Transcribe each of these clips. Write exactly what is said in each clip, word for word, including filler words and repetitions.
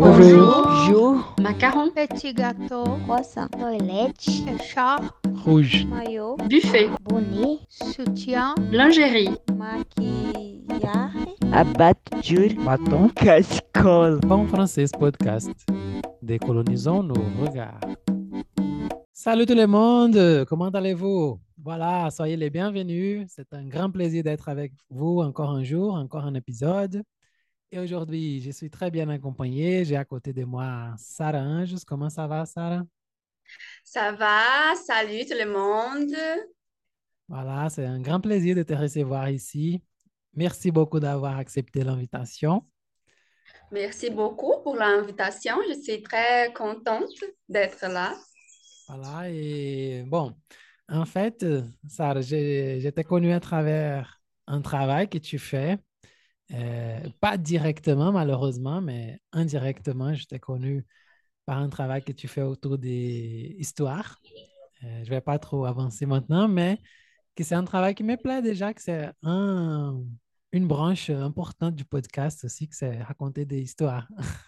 Bonjour. Bonjour. Macaron. Petit gâteau. Croissant. Toilette. Écharpe. Rouge. Maillot. Buffet. Bonnet. Soutien. Lingerie. Maquillage. Abat-jour. Bâton. Cascole. Bon français podcast. Décolonisons nos regards. Salut tout le monde, comment allez-vous? Voilà, soyez les bienvenus. C'est un grand plaisir d'être avec vous encore un jour, encore un épisode. Et aujourd'hui, je suis très bien accompagné. J'ai à côté de moi Sarah Anjos. Comment ça va, Sarah? Ça va? Salut tout le monde. Voilà, c'est un grand plaisir de te recevoir ici. Merci beaucoup d'avoir accepté l'invitation. Merci beaucoup pour l'invitation. Je suis très contente d'être là. Voilà, et bon, en fait, Sarah, j'ai, je t'ai connue à travers un travail que tu fais, euh, pas directement malheureusement, mais indirectement, je t'ai connue par un travail que tu fais autour des histoires. Euh, je ne vais pas trop avancer maintenant, mais que c'est un travail qui me plaît déjà, que c'est un, une branche importante du podcast aussi, que c'est raconter des histoires.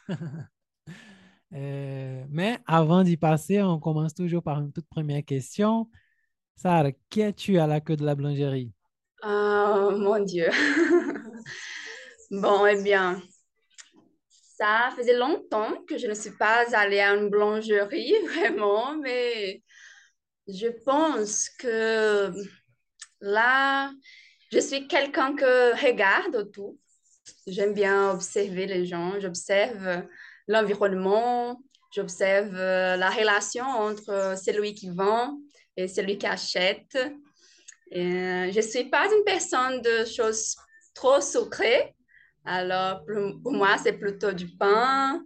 Euh, mais avant d'y passer, on commence toujours par une toute première question. Sarah, qui es-tu à la queue de la boulangerie? Oh mon Dieu. Bon, eh bien, ça faisait longtemps que je ne suis pas allée à une boulangerie, vraiment, mais je pense que là, je suis quelqu'un que regarde tout. J'aime bien observer les gens, j'observe l'environnement, j'observe euh, la relation entre celui qui vend et celui qui achète. Et, euh, je ne suis pas une personne de choses trop sucrées. Alors, pour, pour moi, c'est plutôt du pain.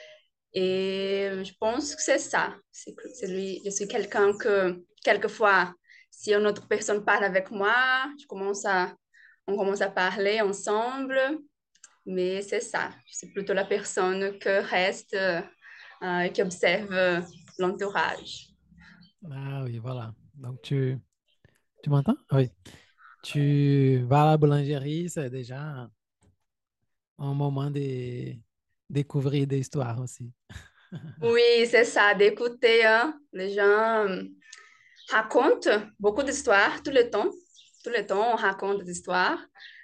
Et je pense que c'est ça. C'est que c'est lui, je suis quelqu'un que, quelquefois, si une autre personne parle avec moi, je commence à, on commence à parler ensemble. Mais c'est ça, c'est plutôt la personne qui reste euh, euh, qui observe euh, l'entourage. Ah oui, voilà. Donc, tu, tu m'entends? Oui. Tu vas à la boulangerie, c'est déjà un moment de découvrir des histoires aussi. Oui, c'est ça, d'écouter. Hein. Les gens euh, racontent beaucoup d'histoires tout le temps. Tout le temps, on raconte des histoires.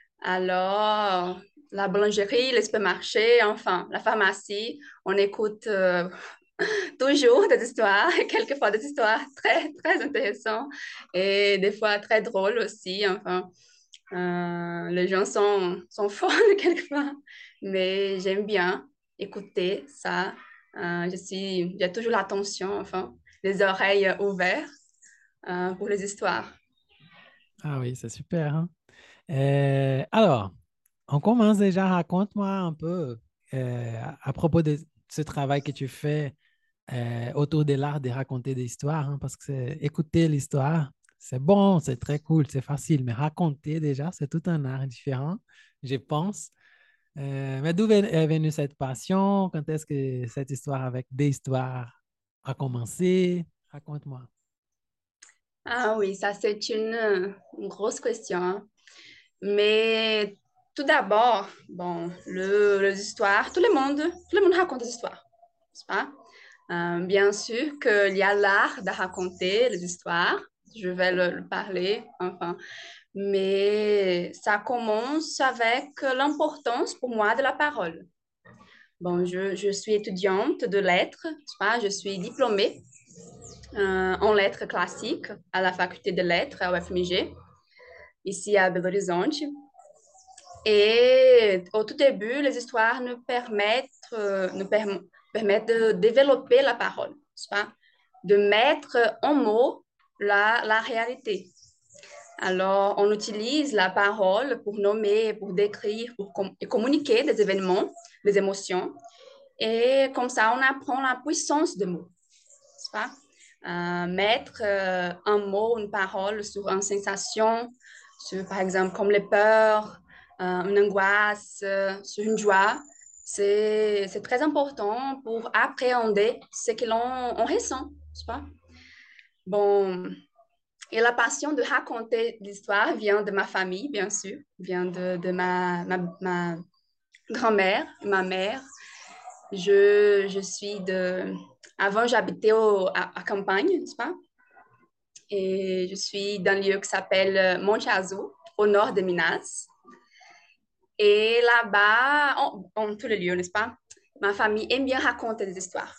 Alors, la boulangerie, les supermarchés, enfin, la pharmacie, on écoute euh, toujours des histoires, et quelquefois des histoires très, très intéressantes et des fois très drôles aussi. Enfin, euh, les gens sont, sont folles quelquefois, mais j'aime bien écouter ça. Euh, je suis, j'ai toujours l'attention, enfin, les oreilles ouvertes euh, pour les histoires. Ah oui, c'est super, hein? Euh, alors, on commence déjà. Raconte-moi un peu euh, à, à propos de ce travail que tu fais euh, autour de l'art de raconter des histoires, hein, parce que c'est- écouter l'histoire, c'est bon, c'est très cool, c'est facile, mais raconter déjà, c'est tout un art différent, je pense. Euh, mais d'où ven- est venue cette passion? Quand est-ce que cette histoire avec des histoires a commencé? Raconte-moi. Ah oui, ça c'est une, une grosse question. Hein. Mais tout d'abord, bon, le, les histoires, tout le monde, tout le monde raconte des histoires, n'est-ce pas? Euh, bien sûr qu'il y a l'art de raconter les histoires, je vais le, le parler, enfin, mais ça commence avec l'importance pour moi de la parole. Bon, je, je suis étudiante de lettres, n'est-ce pas? Je suis diplômée euh, en lettres classiques à la faculté de lettres à U F M G, ici à Belo Horizonte. Et au tout début, les histoires nous permettent, euh, nous perm- permettent de développer la parole, n'est-ce pas? De mettre en mots la, la réalité. Alors, on utilise la parole pour nommer, pour décrire, pour com- et communiquer des événements, des émotions. Et comme ça, on apprend la puissance des mots, n'est-ce pas? Euh, mettre euh, un mot, une parole sur une sensation, sur, par exemple, comme les peurs, euh, une angoisse, euh, sur une joie, c'est, c'est très important pour appréhender ce que l'on on ressent, n'est-ce pas? Bon, et la passion de raconter l'histoire vient de ma famille, bien sûr, vient de, de ma, ma, ma grand-mère, ma mère. Je, je suis de... Avant, j'habitais au- à, à campagne, n'est-ce pas? Et je suis dans un lieu qui s'appelle Monte Azul, au nord de Minas. Et là-bas, en, en tous les lieux, n'est-ce pas? Ma famille aime bien raconter des histoires.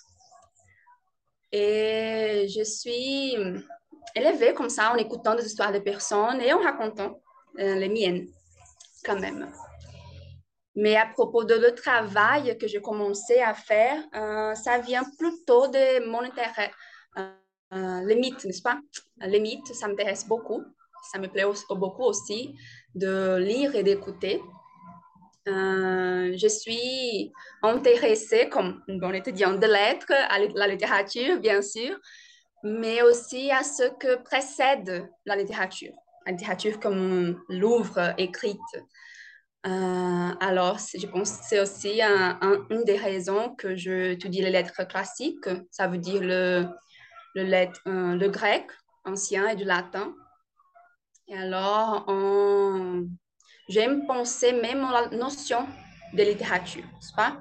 Et je suis élevée comme ça en écoutant des histoires de personnes et en racontant euh, les miennes quand même. Mais à propos de le travail que j'ai commencé à faire, euh, ça vient plutôt de mon intérêt. Euh, euh, les mythes, n'est-ce pas? Les mythes, ça m'intéresse beaucoup. Ça me plaît aussi- beaucoup aussi de lire et d'écouter. Euh, je suis intéressée, comme une bonne étudiante de lettres, à la littérature, bien sûr, mais aussi à ce que précède la littérature. La littérature comme l'œuvre écrite. Euh, alors, je pense que c'est aussi un, un, une des raisons que je étudie les lettres classiques. Ça veut dire le, le, lettre, euh, le grec ancien et du latin. Et alors, on... j'aime penser même à la notion de littérature, n'est-ce pas?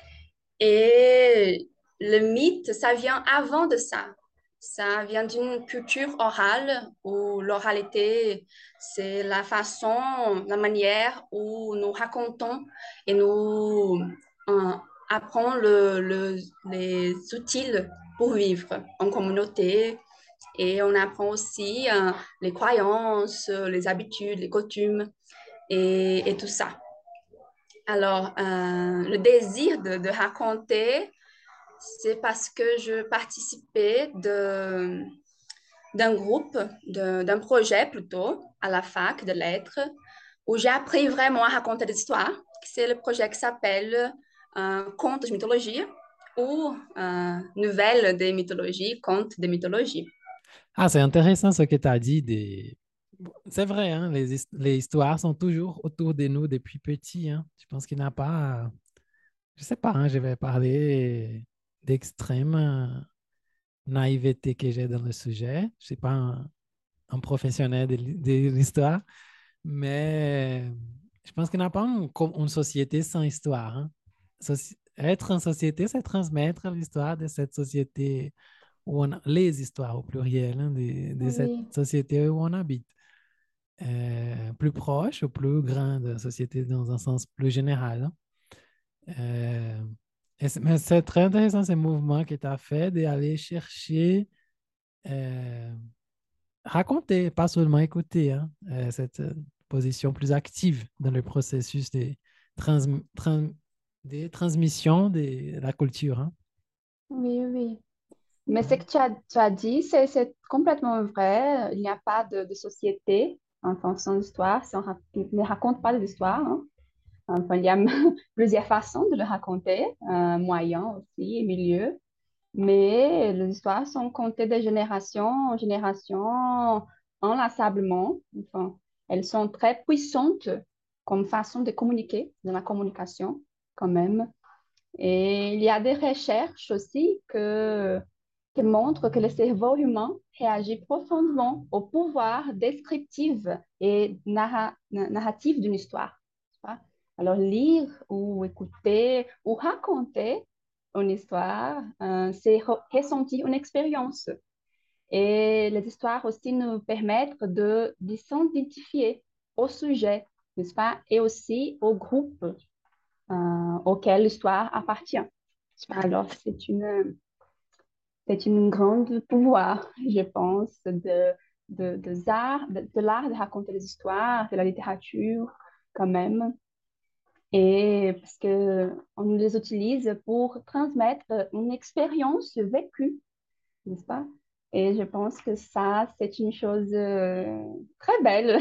Et le mythe, ça vient avant de ça. Ça vient d'une culture orale où l'oralité, c'est la façon, la manière où nous racontons et nous euh, apprenons le, le- les outils pour vivre en communauté. Et on apprend aussi euh, les croyances, les habitudes, les coutumes et, et tout ça. Alors, euh, le désir de, de raconter, c'est parce que je participais de, d'un groupe, de- d'un projet plutôt, à la fac de lettres, où j'ai appris vraiment à raconter des histoires. C'est le projet qui s'appelle euh, Contes de mythologie ou euh, Nouvelles des mythologies, Contes de mythologie. Ah, c'est intéressant ce que tu as dit. Des... C'est vrai, hein, les, his- les histoires sont toujours autour de nous depuis petit. Hein. Je pense qu'il n'y a pas, je sais pas, hein, je vais parler d'extrême euh, naïveté que j'ai dans le sujet. Je ne suis pas un, un professionnel de, l'hi- de l'histoire, mais je pense qu'il n'y a pas une, com- une société sans histoire. Hein. Soci- Être en société, c'est transmettre l'histoire de cette société où on a- les histoires au pluriel hein, de, de cette Oui, société où on habite. Euh, plus proche ou plus grande société dans un sens plus général. Hein. Euh, et c'est- mais c'est très intéressant ce mouvement que tu as fait d'aller chercher, euh, raconter, pas seulement écouter, hein, euh, cette euh, position plus active dans le processus de, trans, trans- de transmission de la culture. Hein. oui, oui. Mais ce que tu as, tu as dit, c'est, c'est complètement vrai. Il n'y a pas de, de société en fonction d'histoire. Si on ra- ne raconte pas d'histoire, hein. Enfin, il y a plusieurs façons de le raconter, euh, moyen aussi, et milieu. Mais les histoires sont contées de génération en génération inlassablement. Enfin, elles sont très puissantes comme façon de communiquer, de la communication quand même. Et il y a des recherches aussi que, qui montrent que le cerveau humain réagit profondément au pouvoir descriptif et narra- na- narratif d'une histoire. Tu vois. Alors, lire ou écouter ou raconter une histoire, euh, c'est re- ressentir une expérience. Et les histoires aussi nous permettent de, de s'identifier au sujet, n'est-ce pas? Et aussi au groupe euh, auquel l'histoire appartient. Alors, c'est une, c'est une grande pouvoir, je pense, de, de, de, art, de, de l'art de raconter des histoires, de la littérature, quand même. Et parce que on les utilise pour transmettre une expérience vécue, n'est-ce pas? Et je pense que ça, c'est une chose euh, très belle,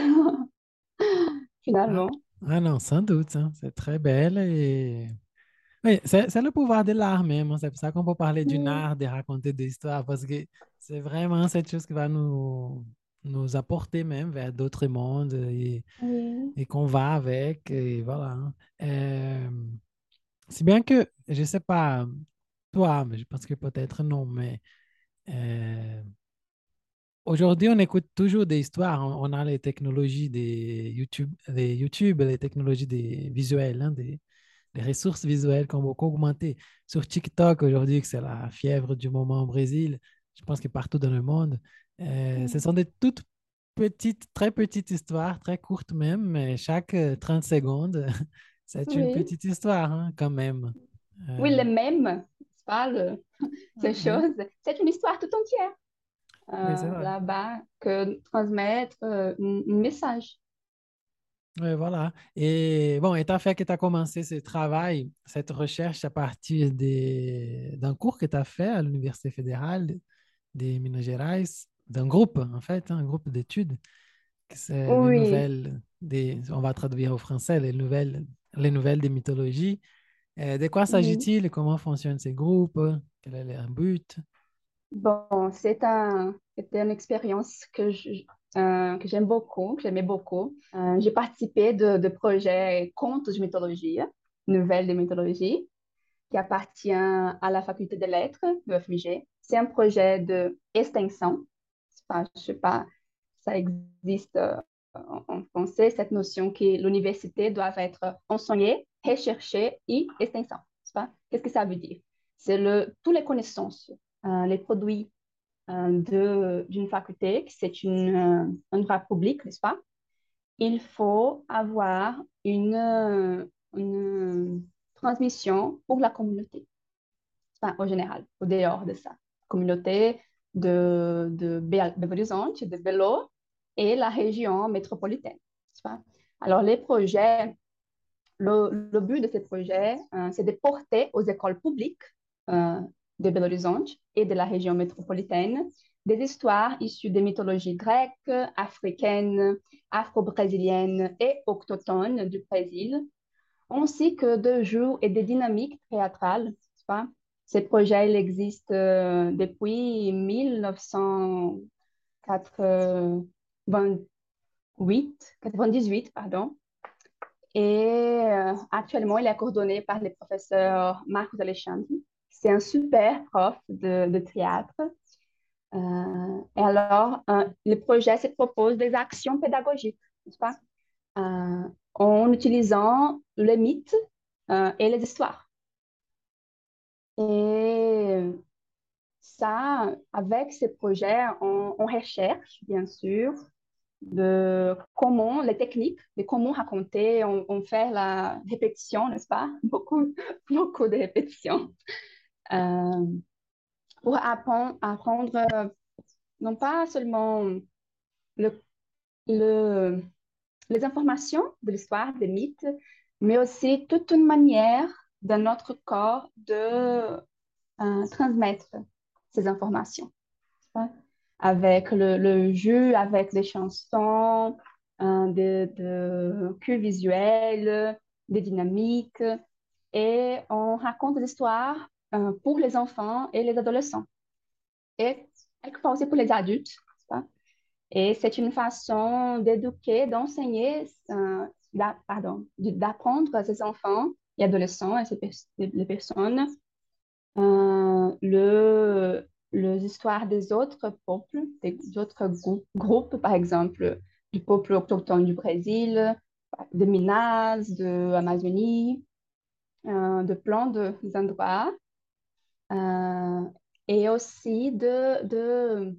Ah, finalement. ah non, sans doute, hein, c'est très belle et oui, c'est c'est le pouvoir de l'art même. Hein. C'est pour ça qu'on peut parler d'une Oui, art de raconter des histoires parce que c'est vraiment cette chose qui va nous, nous apporter même vers d'autres mondes et, oui, et qu'on va avec. Et voilà. Hein. Euh, si bien que, je ne sais pas, toi, mais je pense que peut-être non, mais euh, aujourd'hui, on écoute toujours des histoires. On, on a les technologies des YouTube, les YouTube, les technologies des visuels, hein, des, les ressources visuelles qui ont beaucoup augmenté. Sur TikTok aujourd'hui, que c'est la fièvre du moment au Brésil, je pense que partout dans le monde, euh, ce Mm. sont des toutes petites, très petites histoires, très courtes même, mais chaque euh, trente secondes, c'est une Oui, petite histoire hein, quand même. oui, Euh, les mêmes, c'est pas le- ces oui, choses. C'est une histoire tout entière oui, c'est euh, vrai. là-bas que transmettre euh, un un message. Oui, voilà. Et bon, étant fait que tu as commencé ce travail, cette recherche à partir des- d'un cours que tu as fait à l'Université fédérale de Minas Gerais, d'un groupe, en fait, hein, un groupe d'études, que c'est les Oui, nouvelles des, on va traduire au français, les nouvelles, les nouvelles des mythologies. Euh, de quoi oui. s'agit-il? Comment fonctionnent ces groupes? Quel est leur but? Bon, c'est un, c'était une expérience que je- euh, que j'aime beaucoup, que j'aimais beaucoup. Euh, j'ai participé de, de projets Contes de mythologie, Nouvelles de mythologie, qui appartient à la faculté des lettres de F M G. C'est un projet de extinction. Enfin, je sais pas, ça existe euh, en en français, cette notion que l'université doit être enseignée, recherchée et extinction. C'est pas? Qu'est-ce que ça veut dire? C'est le, toutes les connaissances, euh, les produits euh, de, d'une faculté, que c'est une, euh, un droit public, n'est-ce pas? Il faut avoir une, euh, une transmission pour la communauté, enfin, au général, au dehors de ça. Communauté de, de Be- Belo Horizonte, de Belo et la région métropolitaine, n'est-ce pas? Alors, les projets, le, le but de ces projets, euh, c'est de porter aux écoles publiques euh, de Belo Horizonte et de la région métropolitaine des histoires issues des mythologies grecques, africaines, afro-brésiliennes et autochtones du Brésil, ainsi que de jeux et des dynamiques théâtrales. N'est-ce pas? Ces projets, ils existent euh, depuis mille neuf cent quatre-vingt-huit, quatre-vingt-dix-huit, pardon. Et euh, actuellement, il est coordonné par le professeur Marcos Alexandre. C'est un super prof de, de théâtre. Euh, et alors, euh, le projet se propose des actions pédagogiques, n'est-ce pas? Euh, en utilisant les mythes euh, et les histoires. Et ça, avec ces projets, on, on recherche, bien sûr, de comment, les techniques, de comment raconter, on, on fait la répétition, n'est-ce pas? Beaucoup, beaucoup de répétitions. Euh, pour apprendre, apprendre, euh, non pas seulement le, le, les informations de l'histoire, des mythes, mais aussi toute une manière de notre corps de euh, transmettre ces informations. Hein, avec le, le jeu, avec des chansons, hein, de, de cues visuels, des dynamiques, et on raconte des histoires euh, pour les enfants et les adolescents, et quelquefois aussi pour les adultes. N'est-ce pas? Et c'est une façon d'éduquer, d'enseigner, euh, d'a- pardon, de- d'apprendre à ces enfants et adolescents, et ces pers- les personnes, euh, le, les histoires des autres peuples, des autres grou- groupes, par exemple, du peuple autochtone du Brésil, de Minas, de Amazonie, euh, de plein de- d'endroits, euh, et aussi de, de,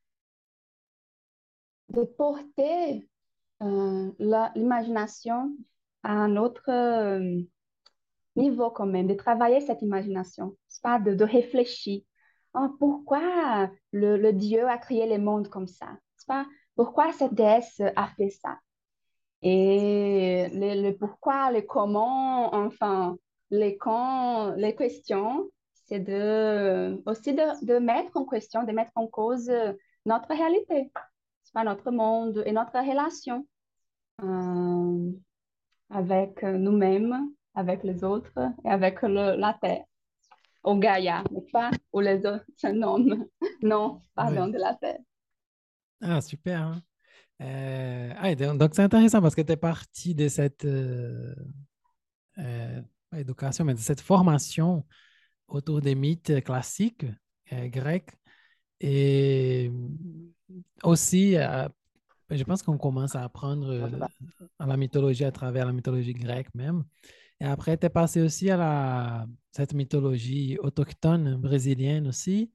de porter euh, la- l'imagination à un autre euh, niveau quand même, de travailler cette imagination, c'est pas de, de réfléchir. Oh, pourquoi le, le Dieu a créé le monde comme ça? C'est pas pourquoi cette déesse a fait ça? Et le, le pourquoi, le comment, enfin, les quand, les questions, c'est de, aussi de, de mettre en question, de mettre en cause notre réalité, c'est pas notre monde et notre relation. Euh, avec nous-mêmes, avec les autres et avec le- la Terre, au Gaïa, n'est-ce pas? Ou les autres, non, non, pardon, Ouais. de la Terre. Ah, super. Hein. Euh, ah, et donc, donc c'est intéressant parce que tu es parti de cette euh, euh, pas éducation, mais de cette formation autour des mythes classiques euh, grecs. Et aussi, euh, je pense qu'on commence à apprendre euh, à la mythologie à travers la mythologie grecque même. Et après, tu es passé aussi à la, cette mythologie autochtone brésilienne aussi.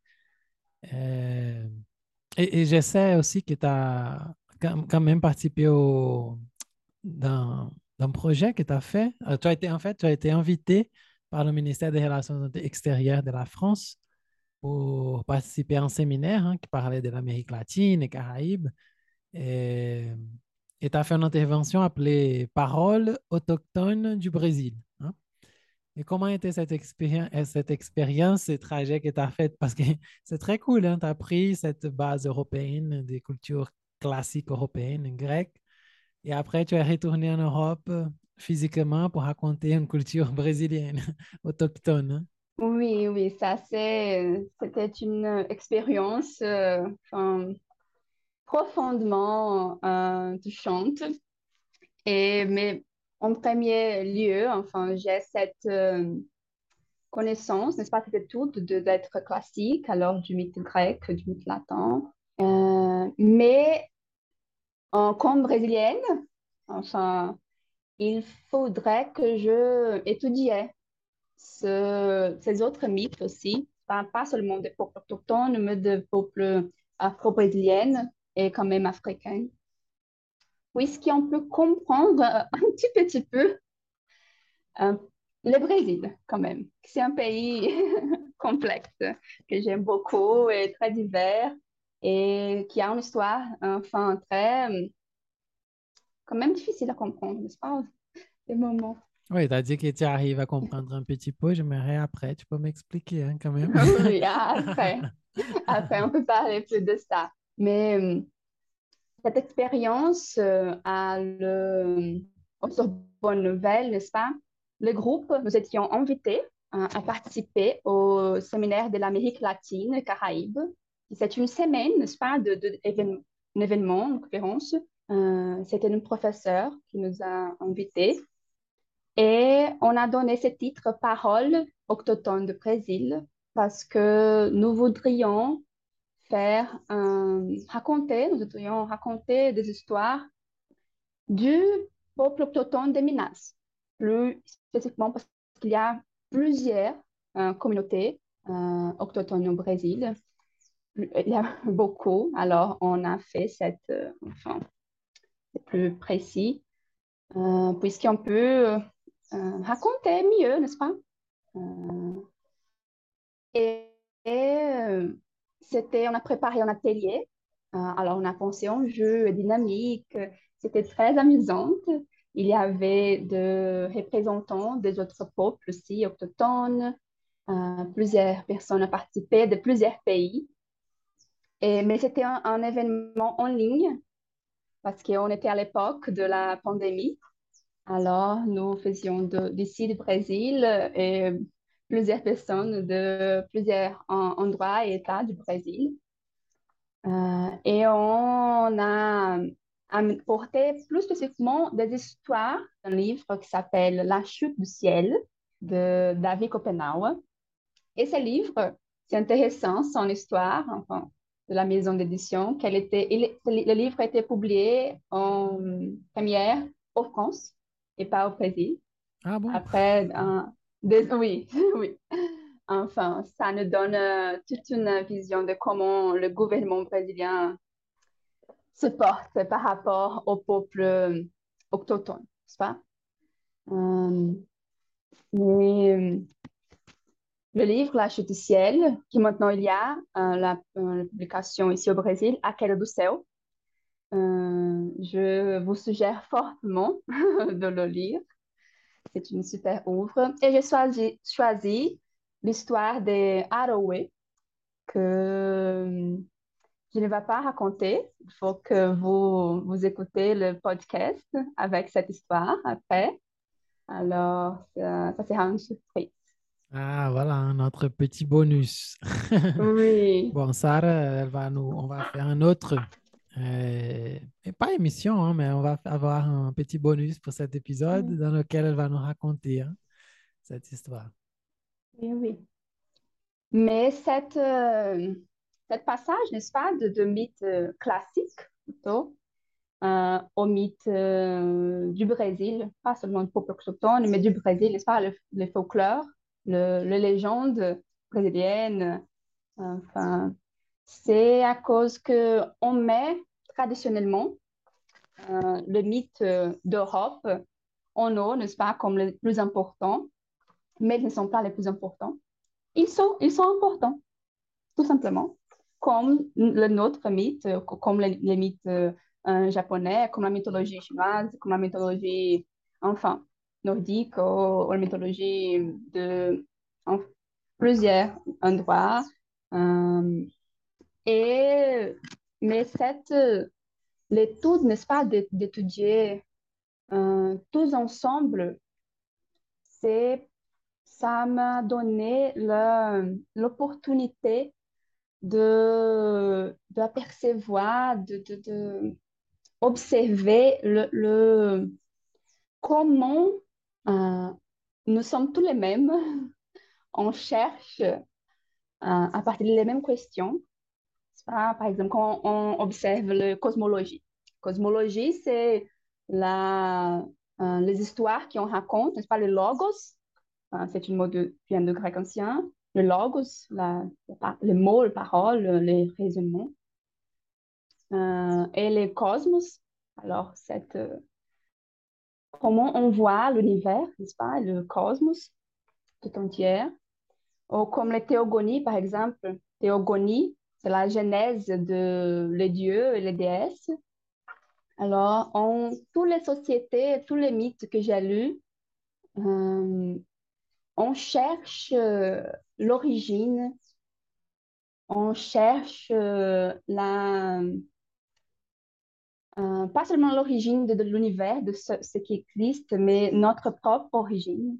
Euh, et, et je sais aussi que tu as quand, quand même participé au, dans, dans un projet que tu as fait. Euh, tu as été, en fait, tu as été invité par le ministère des Relations extérieures de la France pour participer à un séminaire hein, qui parlait de l'Amérique latine et Caraïbes. Et et tu as fait une intervention appelée Paroles autochtones du Brésil. Hein. Et comment était cette expérience, cette expérience, ce trajet que tu as fait? Parce que c'est très cool, hein? Tu as pris cette base européenne, des cultures classiques européennes, grecques, et après tu es retourné en Europe euh, physiquement pour raconter une culture brésilienne, autochtone. Hein. Oui, oui, ça c'est, c'était une expérience euh, enfin, profondément euh, touchante. Et, mais en premier lieu, enfin, j'ai cette euh, connaissance, n'est-ce pas, c'était tout de- d'être classique, alors du mythe grec, du mythe latin. Euh, mais en, comme brésilienne, enfin, il faudrait que je étudiais ce- ces autres mythes aussi, pas, pas seulement des peuples autochtones, mais des peuples afro-brésiliennes et quand même africains. Puisqu'on peut comprendre euh, un petit petit peu euh, le Brésil quand même. C'est un pays complexe que j'aime beaucoup et très divers et qui a une histoire enfin très euh, quand même difficile à comprendre, n'est-ce pas? Des moments. Oui, tu as dit que tu arrives à comprendre un petit peu. J'aimerais après, tu peux m'expliquer hein, quand même. Oui, après, après, on peut parler plus de ça. Mais euh, cette expérience euh, à le, au Sorbonne Nouvelle, n'est-ce pas? Le groupe, nous étions invités euh, à participer au séminaire de l'Amérique latine et Caraïbes. C'est une semaine, n'est-ce pas, de, de, évén- un événement, une conférence. Euh, c'était un professeur qui nous a invités et on a donné ce titre Parole autochtone de Brésil parce que nous voudrions faire un, raconter, nous voudrions raconter des histoires du peuple autochtone de Minas, plus spécifiquement parce qu'il y a plusieurs euh, communautés euh, autochtones au Brésil. Il y a beaucoup, alors on a fait cette, euh, enfin, c'est plus précis, euh, puisqu'on peut euh, raconter mieux, n'est-ce pas? Euh, et et, euh, c'était, on a préparé un atelier. Euh, alors, on a pensé en jeu dynamique. C'était très amusant. Il y avait des représentants des autres peuples aussi, autochtones. Euh, plusieurs personnes ont participé de plusieurs pays. Et, mais c'était un, un événement en ligne parce qu'on était à l'époque de la pandémie. Alors, nous faisions de- d'ici du Brésil et plusieurs personnes de plusieurs en- endroits et États du Brésil. Euh, et on a apporté plus spécifiquement des histoires d'un livre qui s'appelle La chute du ciel de David Copenhauer. Et ce livre, c'est intéressant, son histoire, enfin, de la maison d'édition, qu'elle était, il- le livre a été publié en première au France et pas au Brésil. Ah bon? Après, un- des- oui, oui. Enfin, ça nous donne euh, toute une vision de comment le gouvernement brésilien se porte par rapport au peuple euh, autochtone, n'est-ce pas? Euh, mais euh, le livre La Chute du ciel, qui maintenant il y a euh, la, euh, la publication ici au Brésil, A Queda do Céu, euh, je vous suggère fortement de le lire. C'est une super œuvre. Et j'ai choisi, choisi l'histoire des Arowe, que euh, je ne vais pas raconter. Il faut que vous, vous écoutez le podcast avec cette histoire après. Alors, ça, ça sera une surprise. Ah, voilà, notre petit bonus. Oui, Bon, Sarah, elle va nous, on va faire un autre, euh, et pas émission, hein, mais on va avoir un petit bonus pour cet épisode oui, dans lequel elle va nous raconter hein, cette histoire. oui. Oui. Mais cette, euh, cette passage, n'est-ce pas, de, de mythe euh, classique, plutôt, euh, au mythe euh, du Brésil, pas seulement du peuple autochtone, mais du Brésil, n'est-ce pas, le, le folklore, le, les légendes brésiliennes. Enfin, c'est à cause que on met traditionnellement euh, le mythe euh, d'Europe en haut, n'est-ce pas, comme les plus importants, mais ils ne sont pas les plus importants. Ils sont, ils sont importants, tout simplement, comme le nôtre mythe, euh, comme les, les mythes euh, euh, japonais, comme la mythologie chinoise, comme la mythologie, enfin, nordique ou, ou la mythologie de en, plusieurs endroits. Euh, et, mais cette, l'étude, n'est-ce pas, d'étudier euh, tous ensemble, c'est, ça m'a donné le- l'opportunité de, d'apercevoir, de, de, de observer le, le, comment euh, nous sommes tous les mêmes. On cherche euh, à partir des mêmes questions. Ah, par exemple, quand on observe la cosmologie. Cosmologie, c'est la, euh, les histoires qu'on raconte, n'est-ce pas, le logos. Euh, c'est une mot de, qui vient de grec ancien. Le logos, la, la- le mot, la parole, les raisonnements. Euh, et le cosmos, alors, cette, euh, comment on voit l'univers, n'est-ce pas, le cosmos tout entier. Ou comme les théogonies, par exemple. Théogonie, c'est la genèse de les dieux et les déesses. Alors, en toutes les sociétés, tous les mythes que j'ai lus, euh, on cherche euh, l'origine, on cherche euh, la, euh, pas seulement l'origine de, de l'univers, de ce, ce qui existe, mais notre propre origine.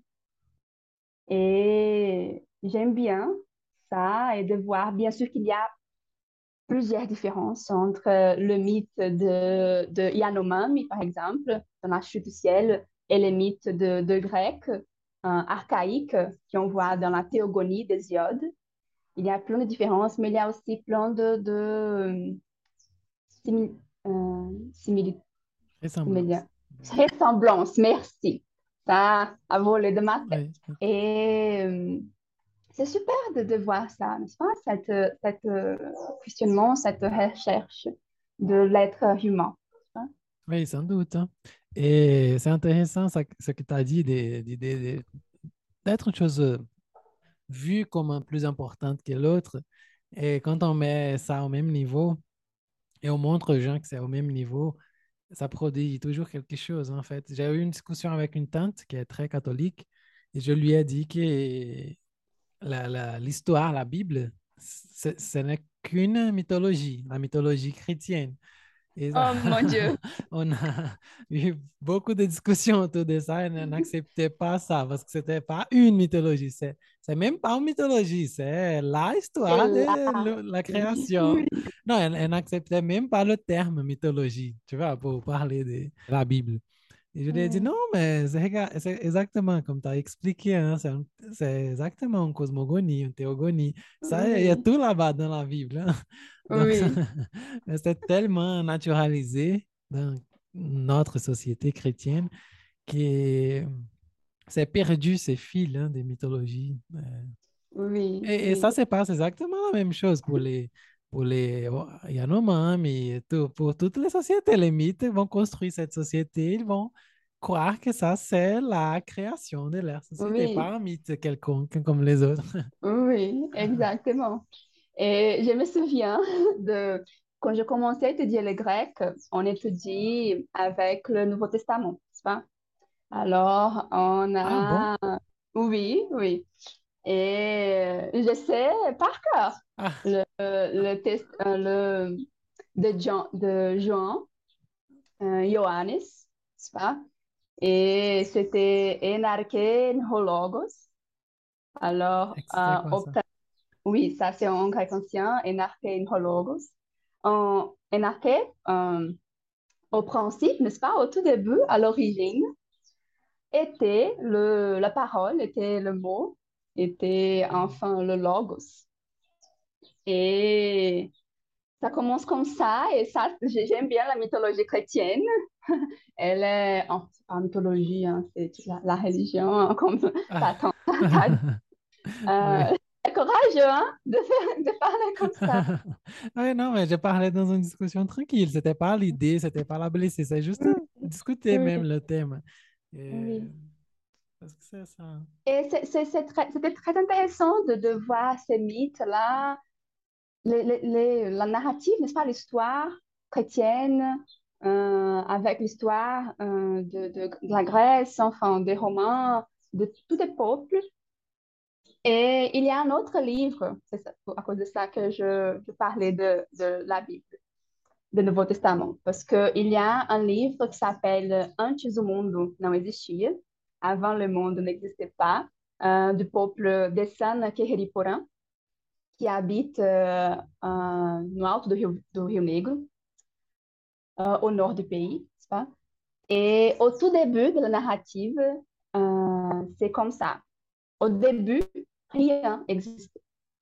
Et j'aime bien ça et de voir, bien sûr qu'il y a plusieurs différences entre euh, le mythe de, de Yanomami, par exemple, dans la chute du ciel, et les mythes de, de Grecs euh, archaïques qu'on voit dans la théogonie d'Hésiode. Il y a plein de différences, mais il y a aussi plein de, de euh, simili- euh, simili- Ressemblance. simili- ressemblances. Merci. Ça a volé de ma tête. Oui, Et euh, c'est super de, de voir ça, n'est-ce pas? Cette, cette euh, questionnement, cette recherche de l'être humain. Hein. oui, sans doute, hein. Et c'est intéressant ça- ce que tu as dit des- des- des- d'être une chose euh, vue comme plus importante que l'autre. Et quand on met ça au même niveau et on montre aux gens que c'est au même niveau, ça produit toujours quelque chose, en fait. J'ai eu une discussion avec une tante qui est très catholique et je lui ai dit que la- la- l'histoire, la Bible, ce ce n'est qu'une mythologie, la mythologie chrétienne. Et ça, Oh mon Dieu. on a eu beaucoup de discussions autour de ça et on n'acceptait pas ça parce que c'était pas une mythologie, c'est, c'est même pas une mythologie, c'est la C'est histoire là. de le- la Oui, création. Non, elle, elle n'acceptait même pas le terme mythologie, tu vois, pour parler de la Bible. Et je lui ai dit, non, oui. mais c'est rega- c'est exactement comme tu as expliqué, hein, c'est un- c'est exactement une cosmogonie, une théogonie. Ça, il y a Oui, tout là-bas dans la Bible, hein. Donc, oui, c'est tellement naturalisé dans notre société chrétienne que c'est perdu ces fils, hein, des mythologies. Euh, oui, Et, et ça oui, se passe exactement la même chose pour les, pour les oh, Yanomami, et tout, pour toutes les sociétés. Les mythes vont construire cette société, ils vont croire que ça, c'est la création de leur société, pas oui, un mythe quelconque comme les autres. oui, exactement. Et je me souviens de quand je commençais à étudier le grec, on étudie avec le Nouveau Testament, n'est-ce pas? Alors, on Ah bon? a... Oui, oui. Et je sais par cœur Ah, le, le test, euh, le, de Jean, de Jean euh, Ioannis, n'est-ce pas? Et c'était Enarche Hologos. Alors, c'est euh, quoi au ça? oui, ça c'est en grec ancien, Enarche Hologos. En Enarche, euh, au principe, n'est-ce pas, au tout début, à l'origine, était le, la parole, était le mot, était enfin le logos. Et ça commence comme ça, et ça, j'ai- j'aime bien la mythologie chrétienne. Elle est, oh, c'est pas mythologie, hein, c'est toute la, la religion, hein, comme Ah. t'as t'as dit. Oui. Euh, c'est courageux, hein, de, faire- de parler comme ça. Oui, non, mais je parlais dans une discussion tranquille. C'était pas l'idée, c'était pas la blessée, c'est juste euh, discuter Oui, même le thème. Et... oui. Parce que c'est ça. Et c'est c'est- c'est très- c'était très intéressant de, de voir ces mythes-là, les- les- les- la narrative, n'est-ce pas, l'histoire chrétienne, euh, avec l'histoire euh, de, de la Grèce, enfin des Romains, de tous les peuples. Et il y a un autre livre, c'est ça, à cause de ça que je, je parlais de, de la Bible, do Novo Testamento, parce qu'il y a un livre qui s'appelle Antes o mundo não existia, avant le monde n'existait pas, euh, du peuple des San Quiririporã, qui habite euh, euh, no alto do Rio, do Rio Negro, euh, au nord du pays, n'est-ce pas? Et au tout début de la narrative, euh, c'est comme ça. Au début, rien n'existe.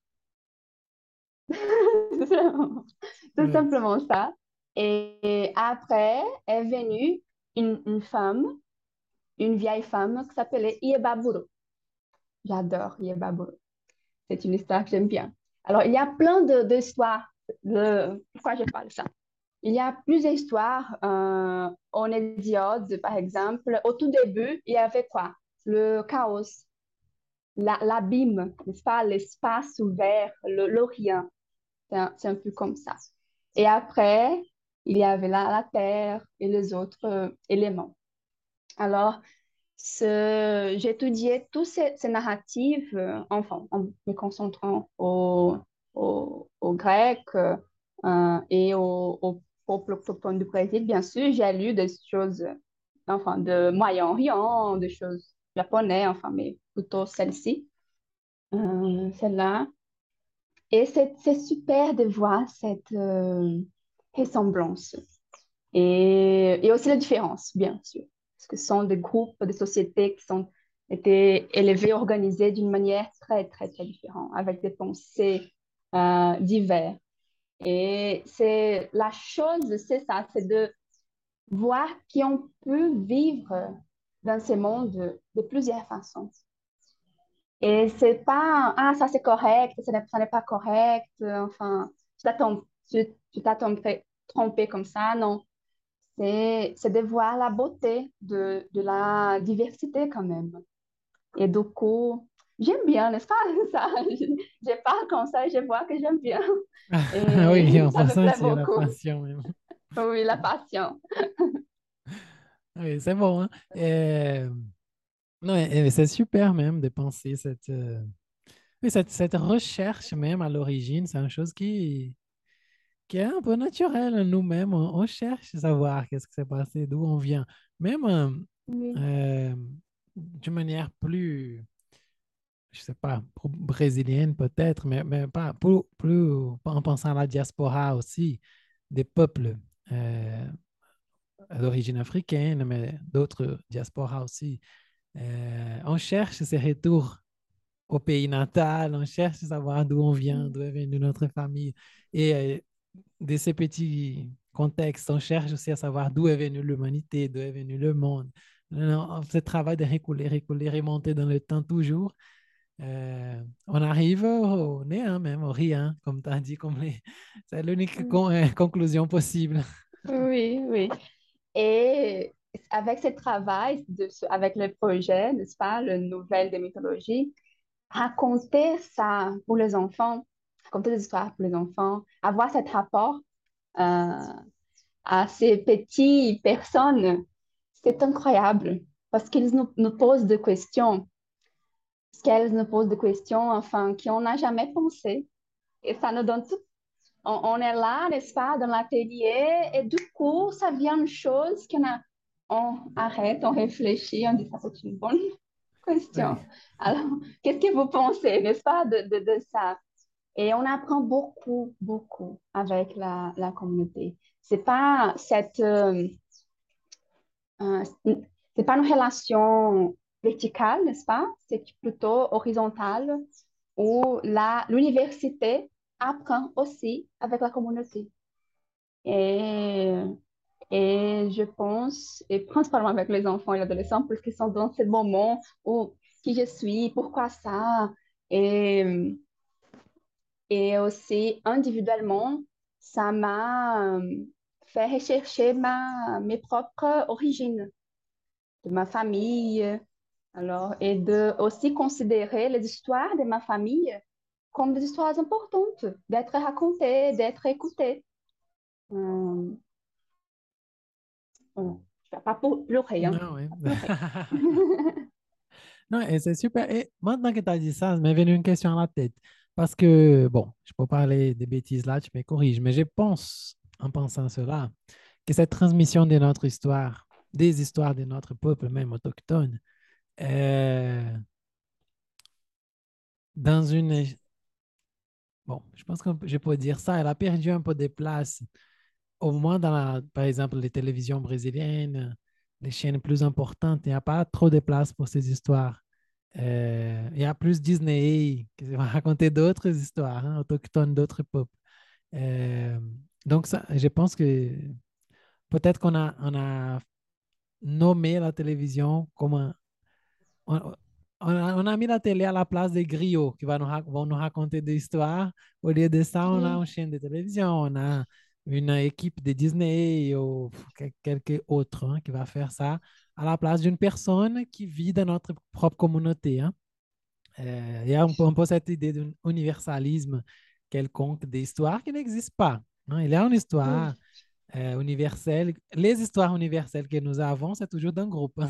Tout Oui. simplement ça. Et après est venue une, une femme, une vieille femme qui s'appelait Iebaburo. J'adore Iebaburo. C'est une histoire que j'aime bien. Alors, il y a plein de, d'histoires. De... Pourquoi je parle de ça? Il y a plusieurs histoires. Euh, en Hésiode, par exemple, au tout début, il y avait quoi? Le chaos, la, l'abîme, n'est-ce pas? L'espace ouvert, le, l'Orient. C'est un, c'est un peu comme ça. Et après, il y avait la, la terre et les autres euh, éléments. Alors, ce, j'ai étudié toutes ces, ces narratives, euh, enfin, en me concentrant au, au, au grec euh, euh, et au, au peuple autochtone du Brésil. Bien sûr, j'ai lu des choses, euh, enfin, de Moyen-Orient, des choses japonaises, enfin, mais plutôt celle-ci, euh, celle-là. Et c'est c'est super de voir cette euh, ressemblance et, et aussi la différence, bien sûr. Parce que ce sont des groupes, des sociétés qui sont été élevées, organisées d'une manière très, très, très différente, avec des pensées euh, diverses. Et c'est la chose, c'est ça, c'est de voir qu'on peut vivre dans ce monde de plusieurs façons. Et c'est pas, ah, ça c'est correct, ça n'est ça n'est pas correct, euh, enfin, tu t'as tom- tu, tu t'as trompé, trompé comme ça, non. C'est, c'est de voir la beauté de, de la diversité quand même. Et du coup, j'aime bien, n'est-ce pas, ça? Je, je parle comme ça et je vois que j'aime bien. Oui, Et on ça peut me plaît sentir la beaucoup. passion même. Oui, la passion. Oui, c'est bon, hein? Et, non, et- et c'est super même de penser cette, euh, oui, cette, cette recherche même à l'origine, c'est une chose qui, qui est un peu naturelle en nous-mêmes. On, on cherche à savoir qu'est-ce qui s'est passé, d'où on vient. Même euh, Oui, euh, d'une manière plus, je sais pas, pro- brésilienne peut-être, mais, mais pas plus, plus en pensant à la diaspora aussi, des peuples euh, d'origine africaine, mais d'autres diasporas aussi. Euh, on cherche ces retours au pays natal, on cherche à savoir d'où on vient, d'où est venue notre famille. Et euh, de ces petits contextes, on cherche aussi à savoir d'où est venue l'humanité, d'où est venu le monde. Non, ce travail de reculer, reculer, remonter dans le temps toujours. Euh, on arrive au néant même, au rien, comme tu as dit, comme les... c'est l'unique con- euh, conclusion possible. oui, oui. Et avec ce travail, de ce- avec le projet, n'est-ce pas, le Nouvelle de mythologie, raconter ça pour les enfants, raconter des histoires pour les enfants, avoir cet rapport euh, à ces petites personnes, c'est incroyable parce qu'ils nous, nous posent des questions, parce qu'elles nous posent des questions, enfin, qu'on n'a jamais pensé. Et ça nous donne tout. On, on est là, n'est-ce pas, dans l'atelier, et du coup, ça vient une chose qu'on a, on arrête, on réfléchit, on dit ça, c'est une bonne Oui. question. Alors, qu'est-ce que vous pensez, n'est-ce pas, de, de, de ça? Et on apprend beaucoup, beaucoup avec la, la communauté. C'est pas cette, euh, euh, c'est pas une relation verticale, n'est-ce pas? C'est plutôt horizontale où la, l'université apprend aussi avec la communauté. Et, et je pense, et principalement avec les enfants et les adolescents, parce qu'ils sont dans ce moment où qui je suis, pourquoi ça, et, et aussi individuellement, ça m'a euh, fait rechercher ma, mes propres origines, de ma famille, alors, et de aussi considérer les histoires de ma famille comme des histoires importantes, d'être racontées, d'être écoutées. Euh, voilà. Je ne vais pas pour pleurer, hein. Non, oui. Pas pleurer. Non, et c'est super. Et maintenant que tu as dit ça, ça m'est venu une question à la tête. Parce que, bon, je peux parler des bêtises là, tu me corriges, mais je pense, en pensant cela, que cette transmission de notre histoire, des histoires de notre peuple, même autochtone, euh, dans une... Bon, je pense que je peux dire ça, elle a perdu un peu de place, au moins dans, la, par exemple, les télévisions brésiliennes, les chaînes plus importantes, il n'y a pas trop de place pour ces histoires. Euh, il y a plus Disney qui va raconter d'autres histoires hein, autochtones d'autres peuples. Euh, donc, ça, je pense que peut-être qu'on a, on a nommé la télévision comme un, on, on a, on a mis la télé à la place des griots qui va nous, ra- vont nous raconter des histoires. Au lieu de ça, on a Oui, une chaîne de télévision, on a une équipe de Disney ou quel- quelques autres hein, qui va faire ça à la place d'une personne qui vit dans notre propre communauté. Hein. Euh, il y a un peu, un peu cette idée d'un universalisme quelconque des histoires qui n'existe pas. Hein. Il y a une histoire oui, euh, universelle. Les histoires universelles que nous avons, c'est toujours d'un groupe.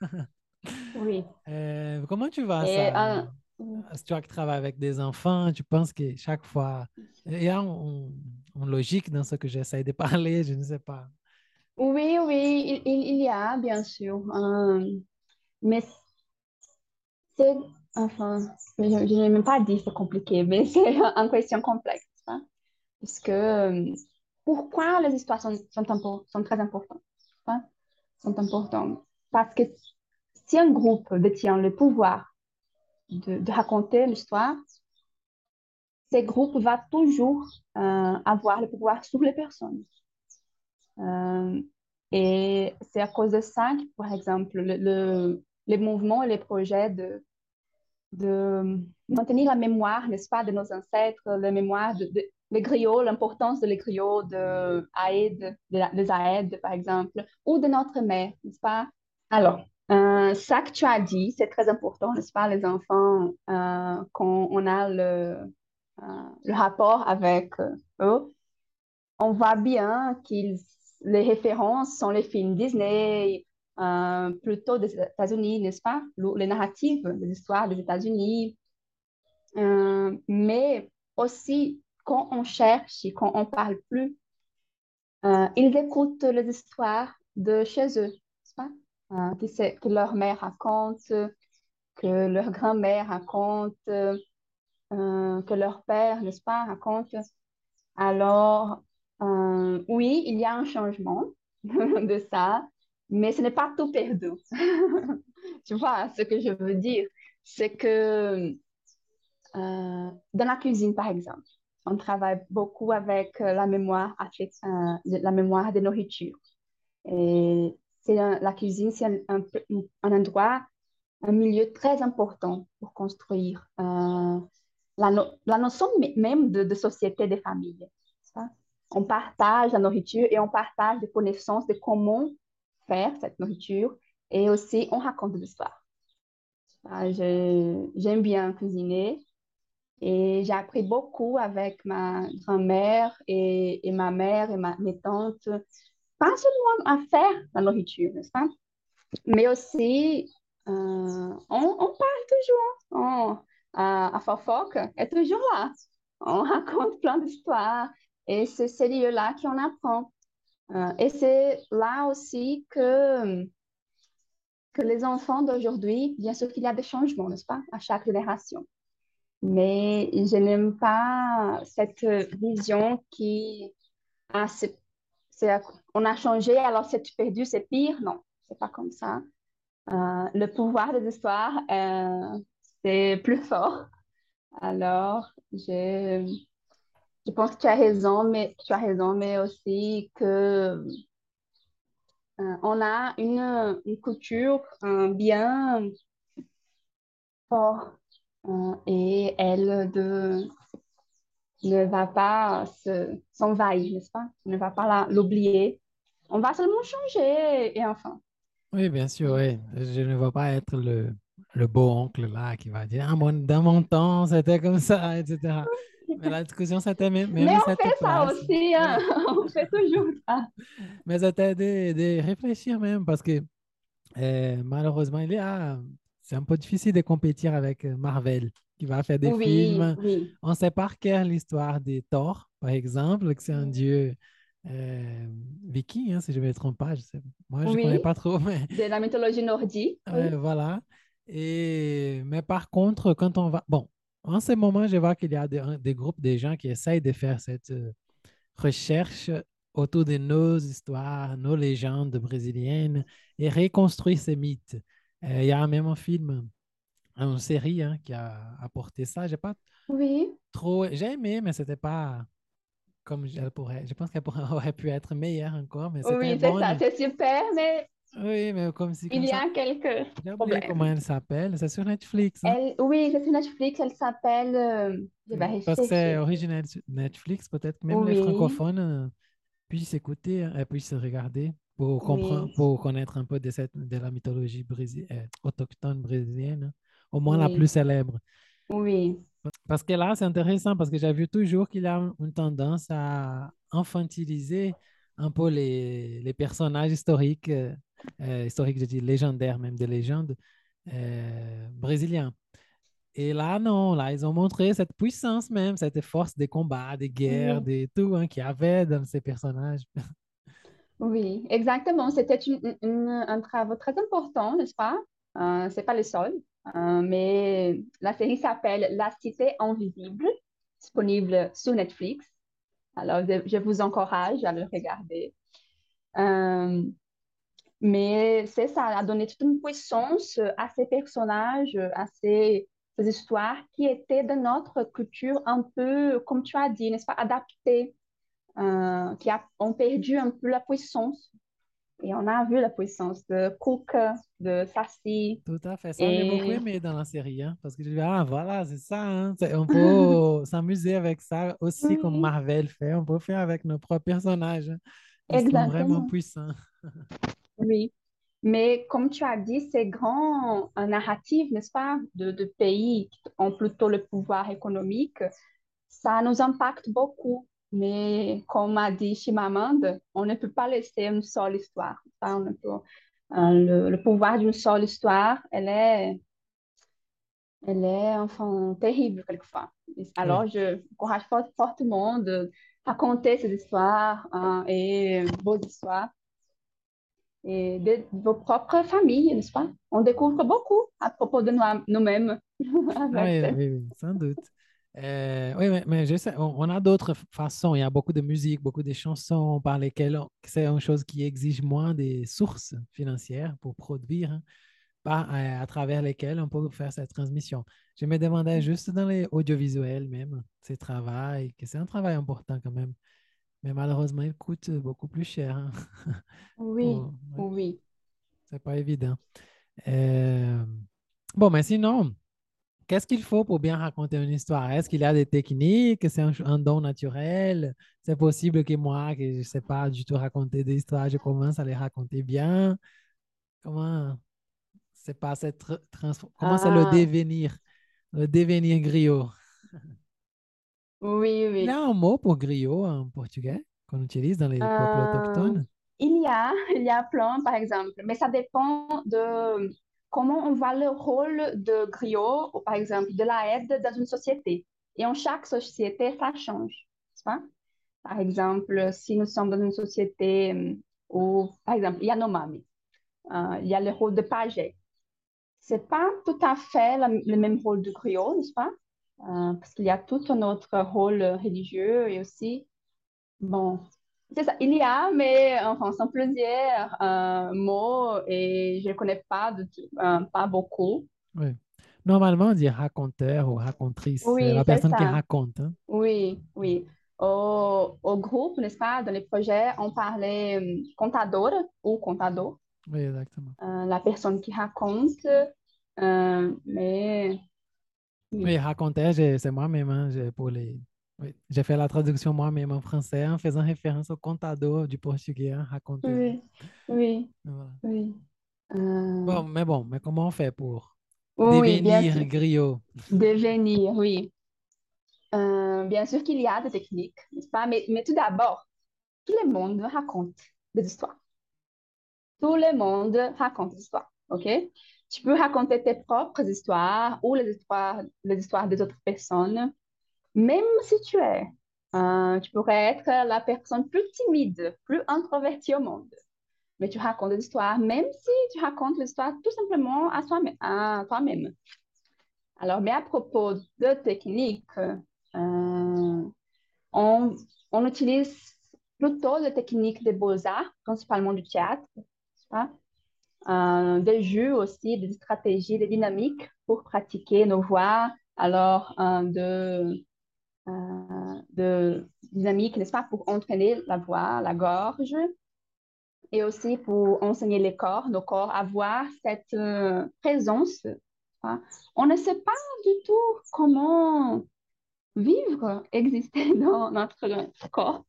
oui. Euh, comment tu vois Et ça? euh, Si tu travailles avec des enfants, tu penses que chaque fois, il y a une, une logique dans ce que j'essaie de parler, je ne sais pas. oui, oui, il, il- il y a, bien sûr. Euh, mais c'est, enfin, je je n'ai même pas dit c'est compliqué, mais c'est une question complexe. Hein, parce que euh, pourquoi les histoires sont, sont, impor- sont très importantes? Hein, sont importantes. Parce que si un groupe détient le pouvoir de, de raconter l'histoire, ce groupe va toujours euh, avoir le pouvoir sur les personnes. Euh, et c'est à cause de ça que, par exemple, le, le- les mouvements et les projets de, de maintenir la mémoire, n'est-ce pas, de nos ancêtres, la mémoire de, de les griots, l'importance de les griots, de Aïd, de la- des Aèdes, par exemple, ou de notre mère, n'est-ce pas? Alors, euh, ça que tu as dit, c'est très important, n'est-ce pas, les enfants, euh, quand on a le, euh, le rapport avec euh, eux, on voit bien qu'ils les références sont les films Disney, euh, plutôt des États-Unis, n'est-ce pas? Le- Les narratives, les histoires des États-Unis. Euh, mais aussi, quand on cherche et quand on parle plus, euh, ils écoutent les histoires de chez eux, n'est-ce pas? Euh, que, c'est- que leur mère raconte, que leur grand-mère raconte, euh, que leur père, n'est-ce pas, raconte. Alors, euh, oui, il y a un changement de ça, mais ce n'est pas tout perdu. Tu vois, ce que je veux dire, c'est que euh, dans la cuisine, par exemple, on travaille beaucoup avec euh, la mémoire, affect- euh, de- la mémoire des nourritures. Et c'est un- la cuisine, c'est un, un peu- un endroit, un milieu très important pour construire euh, la, no- la notion m- même de, de société des familles. Ça. On partage la nourriture et on partage des connaissances de comment faire cette nourriture et aussi on raconte des histoires. Ah, je- J'aime bien cuisiner et j'ai appris beaucoup avec ma grand-mère et, et ma mère et ma, mes tantes, pas seulement à faire la nourriture, n'est-ce pas? Mais aussi, euh, on, on parle toujours. On, à, à Forfoc est toujours là. On raconte plein d'histoires et c'est ces lieux-là qu'on apprend. Euh, et c'est là aussi que, que les enfants d'aujourd'hui, bien sûr qu'il y a des changements, n'est-ce pas, à chaque génération. Mais je n'aime pas cette vision qui, ah, c'est, c'est- on a changé, alors c'est perdu, c'est pire. Non, c'est pas comme ça. Euh, le pouvoir des histoires, euh, c'est plus fort. Alors, je, je pense que tu as raison, mais tu as raison, mais aussi que euh, on a une, une culture euh, bien forte euh, et elle de, ne va pas se, s'envahir, n'est-ce pas? Ne va pas la- l'oublier. On va seulement changer et enfin. Oui, bien sûr, oui. Je ne vais pas être le, le beau oncle là qui va dire, ah, mon- dans mon temps, c'était comme ça, et cetera. Mais la discussion, c'était même, Mais même on cette fait ça place. aussi, hein. Oui, On fait toujours ça. mais c'était de, de réfléchir même parce que euh, malheureusement, il y a, c'est un peu difficile de compétir avec euh, Marvel qui va faire des Oui, films. oui. On sait par cœur l'histoire de Thor, par exemple, que c'est un dieu euh, viking, hein, si je ne me trompe pas. Je sais, moi, je ne connais Oui, pas trop, mais de la mythologie nordique, ouais, oui. voilà. Et, mais par contre, quand on va... Bon, en ce moment, je vois qu'il y a des, un- des groupes de gens qui essayent de faire cette euh, recherche autour de nos histoires, nos légendes brésiliennes et reconstruire ces mythes. Euh, il y a même un film, une série hein, qui a apporté ça. J'ai pas Oui, trop... J'ai aimé, mais c'était pas comme elle pourrait... Je pense qu'elle pourrait- aurait pu être meilleure encore, mais c'était oui, c'est ça, bonne. c'est super, mais Oui, mais comme si, il comme y ça... a quelques J'ai oublié comment problèmes. elle s'appelle. C'est sur Netflix, hein? Elle, oui, c'est sur Netflix, elle s'appelle, euh, je vais Oui, parce que c'est réfléchir. original sur Netflix, peut-être que même les Oui, francophones euh, puissent écouter hein, et puissent regarder pour comprendre, oui, pour connaître un peu de, cette, de la mythologie brésil- euh, autochtone brésilienne, hein, au moins la plus oui, célèbre. oui, Parce que là, c'est intéressant parce que j'ai vu toujours qu'il y a une tendance à infantiliser un peu les, les personnages historiques, euh, euh, historiques, je dis légendaires, même des légendes euh, brésiliens. Et là, non, là, ils ont montré cette puissance même, cette force des combats, des guerres, oui. des tout hein, qu'il y avait dans ces personnages. Oui, exactement. C'était une- une- une- un travail très important, n'est-ce pas? Euh, c'est pas le seul, euh, mais la série s'appelle La Cité Invisible, disponible sur Netflix. Alors, je, je vous encourage à le regarder. Euh, mais c'est ça, a donné toute une puissance à ces personnages, à ces, ces histoires qui étaient de notre culture un peu, comme tu as dit, n'est-ce pas, adaptées, euh, qui a- ont perdu un peu la puissance. Et on a vu la puissance de Cook, de Sassy. Tout à fait, ça j'ai beaucoup Et aimé dans la série, hein, parce que je dis, ah voilà, c'est ça, hein, c'est- on peut s'amuser avec ça aussi comme oui, Marvel fait, on peut faire avec nos propres personnages. Hein. Ils sont vraiment exactement. puissants. Oui. Mais comme tu as dit, ces grands euh, narratifs, n'est-ce pas, de, de pays qui ont plutôt le pouvoir économique, ça nous impacte beaucoup. Mais comme a dit Chimamanda, on ne peut pas laisser une seule histoire. Ça, on ne peut- euh, le, le pouvoir d'une seule histoire, elle est Elle est, enfin, terrible quelquefois. Oui, Alors, je encourage fort- fortement de raconter ces histoires hein, et vos histoires et de vos propres familles, n'est-ce pas? On découvre beaucoup à propos de nous- nous-mêmes ah, avec oui, ça. oui, oui, sans doute. Euh, oui, mais, mais je sais, on, on a d'autres f- façons. Il y a beaucoup de musique, beaucoup de chansons par lesquelles on- c'est une chose qui exige moins des sources financières pour produire. Hein. Par- à, à travers lesquels on peut faire cette transmission. Je me demandais juste dans les audiovisuels même, ce travail, que c'est un travail important quand même, mais malheureusement, il coûte beaucoup plus cher. Hein. Oui, Pour- ouais, oui. c'est pas évident. Euh, Bon, mais sinon, qu'est-ce qu'il faut pour bien raconter une histoire? Est-ce qu'il y a des techniques? C'est un, un don naturel? C'est possible que moi, que je ne sais pas du tout raconter des histoires, je commence à les raconter bien. Comment c'est pas cette tra- transfor- comment c'est le Ah, devenir? Le devenir griot. oui, Il y a oui. un mot pour griot en portugais qu'on utilise dans les peuples Euh, autochtones. il y a, il y a plein, par exemple, mais ça dépend de comment on voit le rôle de griot, ou par exemple, de la aide dans une société. Et en chaque société, ça change, n'est-ce pas? Par exemple, si nous sommes dans une société euh, où, par exemple, Yanomami, euh, il y a le rôle de paget. C'est pas tout à fait la- le même rôle de griot, n'est-ce pas? Euh, parce qu'il y a tout un autre rôle religieux et aussi, bon, c'est ça, il y a, mais enfin, sont plusieurs euh, mots et je ne connais pas, de, euh, pas beaucoup. Oui. Normalement, on dit raconteur ou racontrice. C'est Oui, la c'est personne qui ça. raconte. Hein. Oui, oui. au, au groupe, n'est-ce pas? Dans les projets, on parlait euh, contador ou contador, Oui, exactement. euh, la personne qui raconte, euh, mais Oui, oui, raconter, j'ai- c'est moi-même, hein, j'ai pour les... oui, j'ai fait la traduction moi-même en français en faisant référence au contador du portugais, hein, raconter. oui, oui, Voilà. oui. Euh, Bon, mais bon, mais comment on fait pour oui, bien devenir sûr. griot? Devenir, oui. Euh, bien sûr qu'il y a des techniques, n'est-ce pas? Mais, mais tout d'abord, tout le monde raconte des histoires. Tout le monde raconte des histoires, OK? Tu peux raconter tes propres histoires ou les histoires, les histoires des autres personnes, même si tu es. Euh, tu pourrais être la personne plus timide, plus introvertie au monde. Mais tu racontes des histoires, même si tu racontes l'histoire tout simplement à soi-même, à toi-même. Alors, mais à propos de techniques, euh, on, on utilise plutôt les techniques des beaux-arts, principalement du théâtre, n'est-ce pas? Euh, des jeux aussi, des stratégies, des dynamiques pour pratiquer nos voix. Alors, euh, de, euh, de dynamique, n'est-ce pas, pour entraîner la voix, la gorge, et aussi pour enseigner les corps, nos corps, à avoir cette euh, présence. Hein. On ne sait pas du tout comment vivre, exister dans notre corps.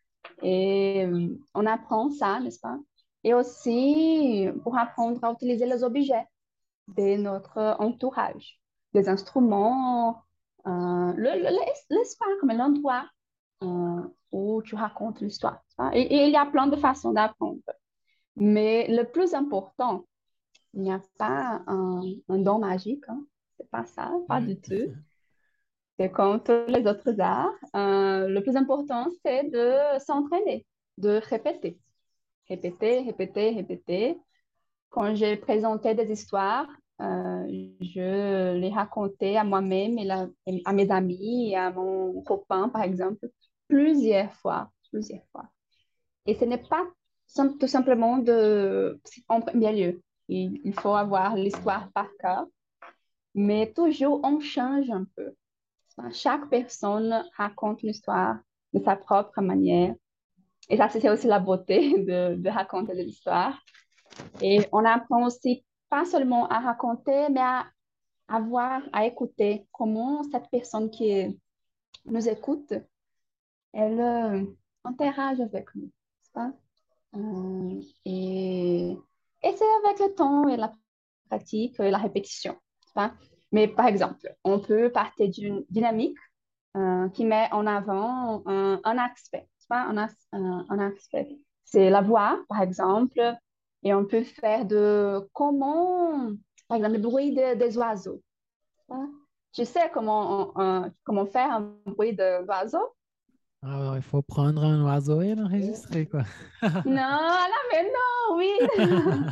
Et euh, on apprend ça, n'est-ce pas? Et aussi pour apprendre à utiliser les objets de notre entourage, des instruments, euh, le, le, l'espace comme l'endroit euh, où tu racontes l'histoire. Et, et il y a plein de façons d'apprendre. Mais le plus important, il n'y a pas un, un don magique, hein. C'est pas ça, pas Oui. du tout. C'est comme tous les autres arts. Euh, le plus important, c'est de s'entraîner, de répéter, répéter, répéter, répéter. Quand j'ai présenté des histoires, euh, je les racontais à moi-même et la- et à mes amis et à mon copain, par exemple, plusieurs fois, plusieurs fois. Et ce n'est pas sim- tout simplement de, en premier lieu. Il, il faut avoir l'histoire par cœur, mais toujours on change un peu. Chaque personne raconte l'histoire de sa propre manière. Et ça, c'est aussi la beauté de, de raconter de l'histoire. Et on apprend aussi pas seulement à raconter, mais à, à voir, à écouter comment cette personne qui nous écoute, elle euh, interagit avec nous. C'est pas? Euh, et et c'est avec le temps et la pratique et la répétition. C'est pas? Mais par exemple, on peut partir d'une dynamique euh, qui met en avant un, un aspect, c'est pas? Un, as- un- un aspect. C'est la voix, par exemple, et on peut faire de comment, par exemple, le bruit de- des oiseaux. Hein. Tu sais comment, on- euh, comment faire un bruit de- d'oiseau? Alors, il faut prendre un oiseau et l'enregistrer, quoi. Non, là, mais non, oui.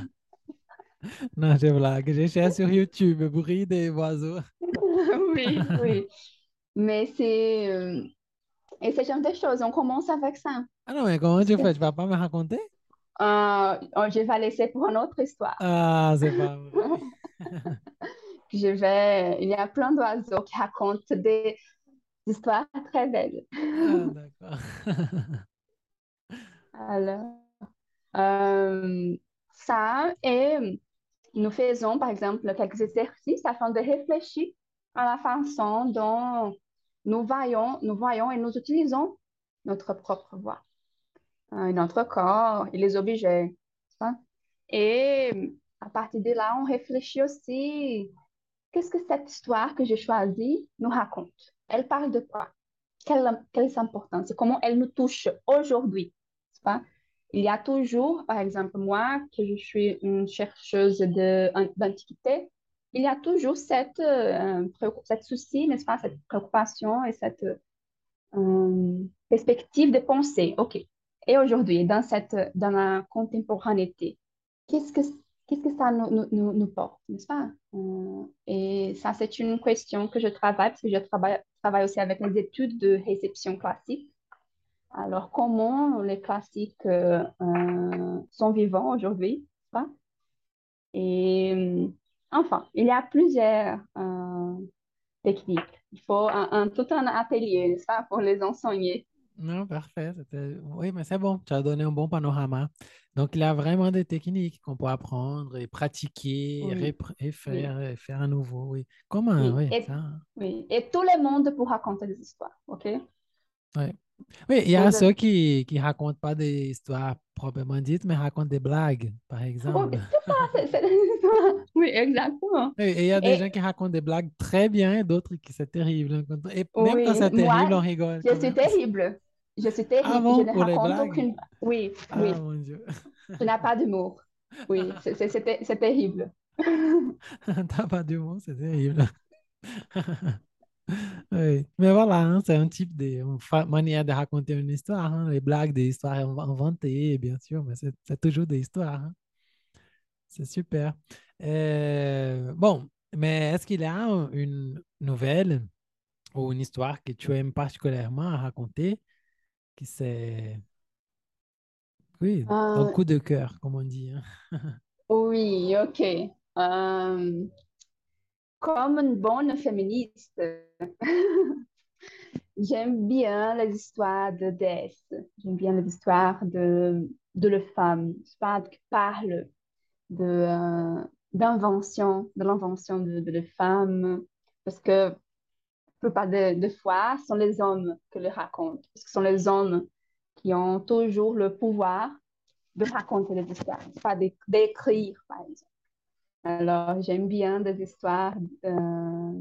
Non, je blague. J'ai cherché sur YouTube, bruit des oiseaux. Oui, oui. Mais c'est... euh, et ce genre de choses, on commence avec ça. Ah non, mais comment tu fais? Tu vas pas me raconter? Euh, je vais laisser pour une autre histoire. Ah, c'est pas vrai. Je vais... Il y a plein d'oiseaux qui racontent des histoires très belles. Ah, d'accord. Alors, euh, ça, et nous faisons, par exemple, quelques exercices afin de réfléchir à la façon dont nous voyons, nous voyons et nous utilisons notre propre voix, hein, notre corps et les objets. Hein. Et à partir de là, on réfléchit aussi, qu'est-ce que cette histoire que j'ai choisie nous raconte? Elle parle de quoi? Quelle, quelle est l'importance? Comment elle nous touche aujourd'hui? N'est-ce pas? Il y a toujours, par exemple, moi, que je suis une chercheuse de- d'antiquité, il y a toujours cette, euh, préoccup- cette souci, n'est-ce pas, cette préoccupation et cette euh, perspective de pensée. OK. Et aujourd'hui, dans cette, dans la contemporanéité, qu'est-ce que, qu'est-ce que ça nous, nous, nous- nous porte, n'est-ce pas? Euh, et ça, c'est une question que je travaille, parce que je travaille, travaille aussi avec les études de réception classique. Alors, comment les classiques euh, euh, sont vivants aujourd'hui, n'est-ce pas? Et euh, enfin, il y a plusieurs euh, techniques. Il faut un, un- tout un atelier, n'est-ce pas, pour les enseigner. Non, parfait. c'était- Oui, mais c'est bon. Tu as donné un bon panorama. Donc, il y a vraiment des techniques qu'on peut apprendre et pratiquer, Oui, répr- et oui, faire, et faire à nouveau. Oui. Comment? oui. Oui, Et, ça. oui. Et tout le monde peut raconter des histoires, OK? Oui. Oui, il y a Vous ceux avez- qui qui racontent pas des histoires proprement dites, mais racontent des blagues, par Oui, exemple. c'est ça, c'est c'est des histoires. Oui, exactement. Et et il y a des gens Et qui racontent des blagues très bien et d'autres qui c'est terrible, hein. Quand- Et même quand oui, c'est terrible, moi, on rigole je quand suis même. terrible. Je suis Ah terrible. Je bon, ne pour les raconte blagues? aucune. Oui, Ah oui. mon Dieu. Je n'ai pas d'humour. Oui, c'est c'est- c'est ter- c'est terrible. T'as pas d'humour, c'est terrible. Oui. Mais voilà, hein, c'est un type de une fa- manière de raconter une histoire, hein. Les blagues, des histoires inv- inventées, bien sûr, mais c'est c'est toujours des histoires, hein. C'est super. Euh, bon, mais est-ce qu'il y a une nouvelle ou une histoire que tu aimes particulièrement à raconter, qui c'est, oui, un Euh, coup de cœur, comme on dit, hein? oui, ok. Euh, comme une bonne féministe, j'aime bien les histoires de déesses. J'aime bien les histoires de, de les femmes, histoires qui parlent de, euh, d'invention, de l'invention de, de les femmes. Parce que la plupart des des fois, ce sont les hommes qui les racontent. Parce que ce sont les hommes qui ont toujours le pouvoir de raconter les histoires, pas d'é- d'écrire, par exemple. Alors, j'aime bien des histoires euh,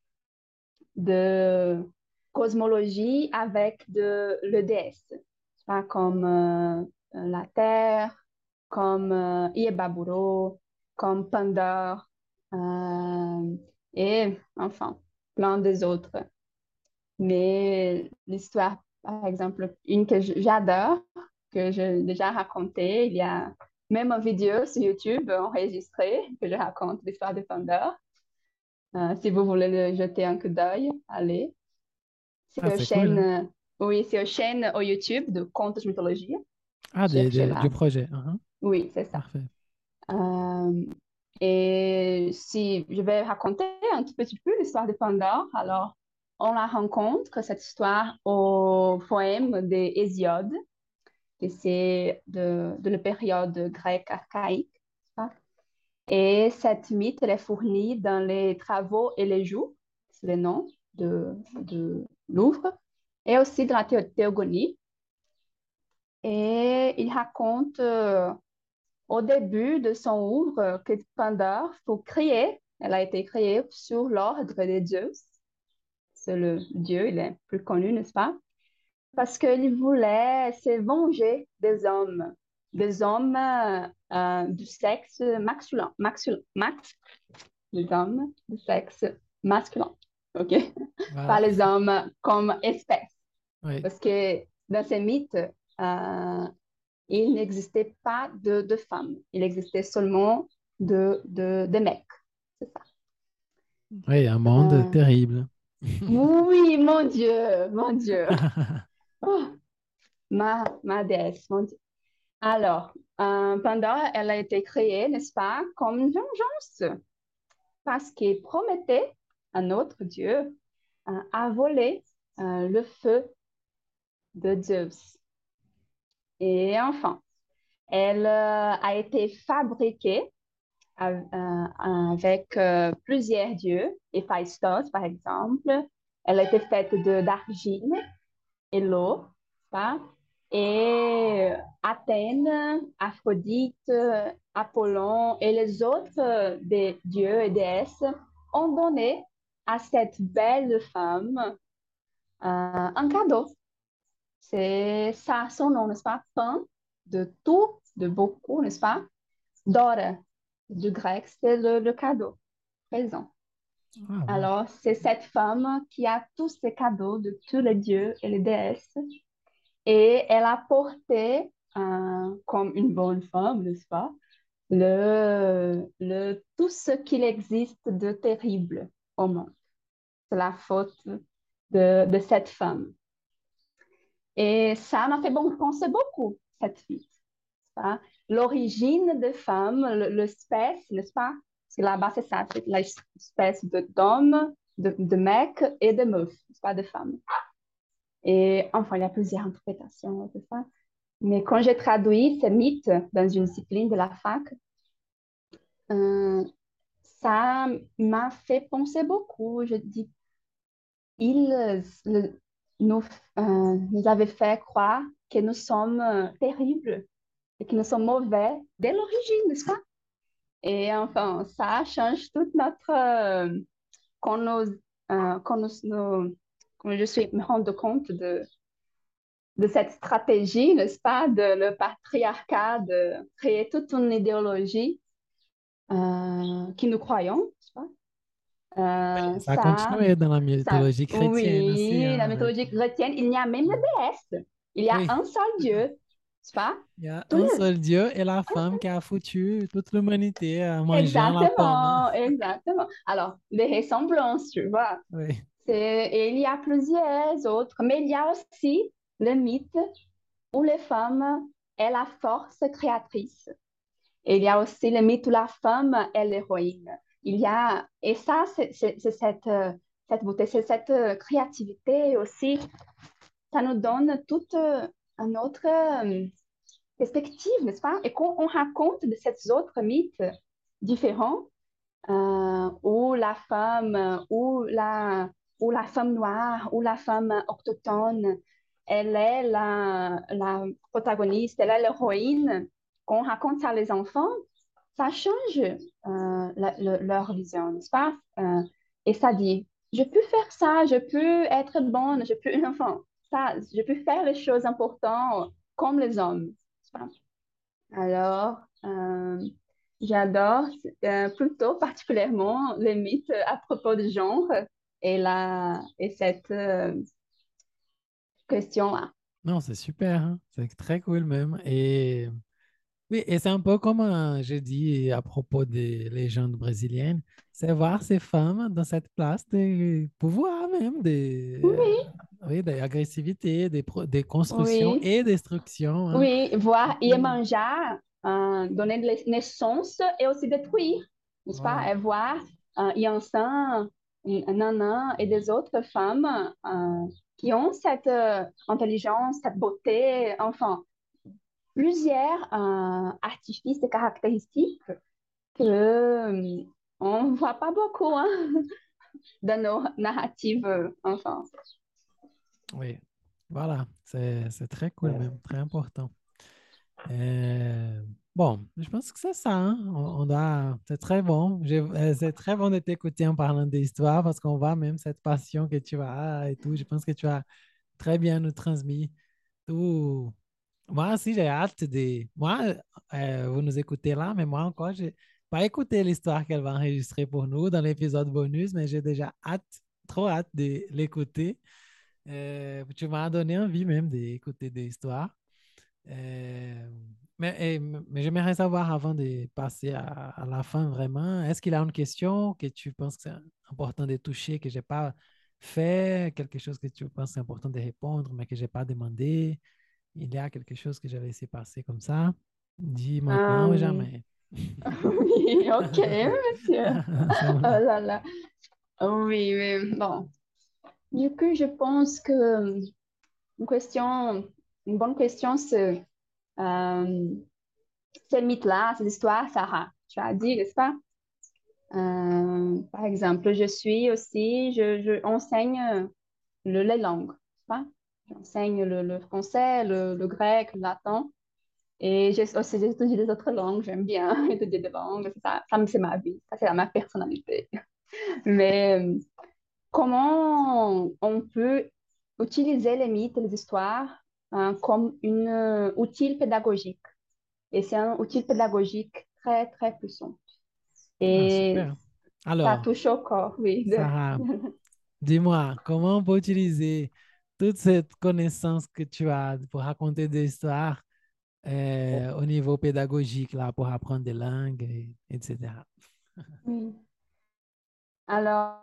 de cosmologie avec de l'E D S, pas comme euh, la Terre, comme euh, Iebaburo, comme Pandore, euh, et enfin, plein des autres. Mais l'histoire, par exemple, une que j- j'adore, que j'ai déjà racontée, il y a même une vidéo sur YouTube enregistrée que je raconte l'histoire de Pandore. Euh, si vous voulez le jeter un coup d'œil, allez. C'est Ah, une c'est cool, chaîne, hein? euh, oui, c'est une chaîne au YouTube de contes de mythologie. Ah, des- des- du Cherchez-la. projet. Uhum. Oui, c'est ça. Parfait. Euh, et si je vais raconter un tout petit peu l'histoire de Pandore, alors on la rencontre, cette histoire, au poème d'Hésiode, et c'est de, de la période grecque archaïque. Ça. Et cette mythe, elle est fournie dans les travaux et les jours, c'est le nom de, de Louvre, et aussi dans la thé- théogonie. Et il raconte euh, au début de son œuvre que Pandore fut créée, elle a été créée sur l'ordre de Zeus. C'est le dieu, il est plus connu, n'est-ce pas? Parce qu'il voulait se venger des hommes, des hommes euh, euh, du sexe masculin, maxul- max, des hommes du sexe masculin, ok? Pas Voilà. les hommes comme espèce. Oui. Parce que dans ces mythes, euh, il n'existait pas de, de femmes, il existait seulement de, de, de mecs. C'est ça. Oui, un monde Euh, terrible. oui, mon Dieu, mon Dieu. Oh, ma, ma déesse, mon Dieu. Alors, euh, Pandore, elle a été créée, n'est-ce pas, comme une vengeance, parce qu'il promettait à notre Dieu euh, à voler euh, le feu de Zeus. Et enfin, elle euh, a été fabriquée av- euh, avec euh, plusieurs dieux, Héphaïstos par exemple. Elle a été faite de d'argile et l'eau, pas? Et Athènes, Aphrodite, Apollon et les autres euh, des dieux et déesses ont donné à cette belle femme euh, un cadeau. C'est ça son nom, n'est-ce pas? Pan, de tout, de beaucoup, n'est-ce pas? Dora, du grec, c'est le, le cadeau, présent. Ah, bon. Alors, c'est cette femme qui a tous ces cadeaux de tous les dieux et les déesses. Et elle a porté, euh, comme une bonne femme, n'est-ce pas, le, le, tout ce qu'il existe de terrible au monde. C'est la faute de, de cette femme. Et ça m'a fait bon, penser beaucoup, cette fille. Pas? L'origine de femme, le- l'espèce, n'est-ce pas? Parce que là-bas, c'est ça, c'est l'espèce de- d'homme, de, de mec et de meuf, n'est-ce pas, de femme. Et enfin, il y a plusieurs interprétations de ça. Mais quand j'ai traduit ces mythes dans une discipline de la fac, euh, ça m'a fait penser beaucoup. Je dis, ils euh, le- nous, euh, nous avaient fait croire que nous sommes euh, terribles et que nous sommes mauvais dès l'origine, n'est-ce pas? Et enfin, ça change toute notre... euh, quand nous, euh, quand nous, nous- quand je suis me rendre compte de, de cette stratégie, n'est-ce pas, de le patriarcat, de créer toute une idéologie euh, qui nous croyons, n'est-ce pas? Euh, Ça a ça, continué dans la ça, mythologie chrétienne aussi, oui, hein, la avec... mythologie chrétienne, il y a même le déesse. Il y a Oui, un seul Dieu, n'est-ce pas? il y a Tout un le- seul Dieu et la femme qui a foutu toute l'humanité à manger en la pomme. Exactement, exactement. Alors, des ressemblances, tu vois. Oui, C'est- Et il y a plusieurs autres, mais il y a aussi le mythe où les femmes est la force créatrice. Et il y a aussi le mythe où la femme est l'héroïne. Il y a, et ça, c'est c'est- c'est cette, euh, cette beauté, c'est cette euh, créativité aussi. Ça nous donne toute euh, une autre euh, perspective, n'est-ce pas? Et quand on raconte de ces autres mythes différents, euh, ou la femme, ou la, ou la femme noire, ou la femme autochtone, elle est la, la protagoniste, elle est l'héroïne. Quand on raconte ça à les enfants, ça change euh, la- le- leur vision, n'est-ce pas? Euh, et ça dit, je peux faire ça, je peux être bonne, je peux, enfin, ça, je peux faire les choses importantes comme les hommes, n'est-ce pas? Alors, euh, j'adore euh, plutôt particulièrement les mythes à propos du genre et, la, et cette euh, question-là. non, c'est super, hein. C'est très cool même. Et oui, et c'est un peu comme euh, j'ai dit à propos des légendes brésiliennes, c'est voir ces femmes dans cette place de pouvoir même, des, euh, Oui, oui, d'agressivité, des, pro- des constructions oui, et destructions, hein. oui, voir Mm. Iemanjá euh, donner de naissance et aussi détruire, n'est-ce pas? Voilà. Et voir euh, Yansan, Nana et des autres femmes euh, qui ont cette euh, intelligence, cette beauté, enfin, plusieurs euh, artifices et caractéristiques que euh, on ne voit pas beaucoup hein, dans nos narratives euh, enfin. Oui, voilà, c'est c'est très cool même, très important. Euh, bon, je pense que c'est ça, hein. On, on doit, c'est très bon. J'ai- euh, C'est très bon de t'écouter en parlant d'histoire parce qu'on voit même cette passion que tu as et tout. Je pense que tu as très bien nous transmis tout. Moi aussi, j'ai hâte de... Moi, euh, vous nous écoutez là, mais moi encore, j'ai pas écouté l'histoire qu'elle va enregistrer pour nous dans l'épisode bonus, mais j'ai déjà hâte, trop hâte de l'écouter. Euh, tu m'as donné envie même d'écouter des histoires. Euh, mais et- mais j'aimerais savoir avant de passer à, à la fin vraiment, est-ce qu'il y a une question que tu penses que c'est important de toucher, que j'ai pas fait, quelque chose que tu penses que c'est important de répondre, mais que j'ai pas demandé? Il y a quelque chose que j'ai laissé passer comme ça? Dis maintenant ou Euh, jamais. oui, ok, monsieur. Ça Oh me l'a- là là. Oui, oui, bon. Du coup, je pense que euh, une question, une bonne question, c'est euh, ces mythes-là, ces histoires, Sarah, tu as dit, n'est-ce pas? Euh, par exemple, je suis aussi, je, je enseigne le, les langues, n'est-ce pas? J'enseigne le, le français, le, le grec, le latin. Et j'ai aussi étudié des autres langues, j'aime bien étudier des langues, ça, ça c'est ma vie, ça c'est ma personnalité. Mais euh, comment on peut utiliser les mythes et les histoires hein, comme une euh, outil pédagogique? Et c'est un outil pédagogique très, très puissant. Ah, Et super. ça Alors, touche au corps, oui. de- Sarah, dis-moi, comment on peut utiliser toute cette connaissance que tu as pour raconter des histoires euh, au niveau pédagogique, là, pour apprendre des langues, et- etc. Oui. Alors,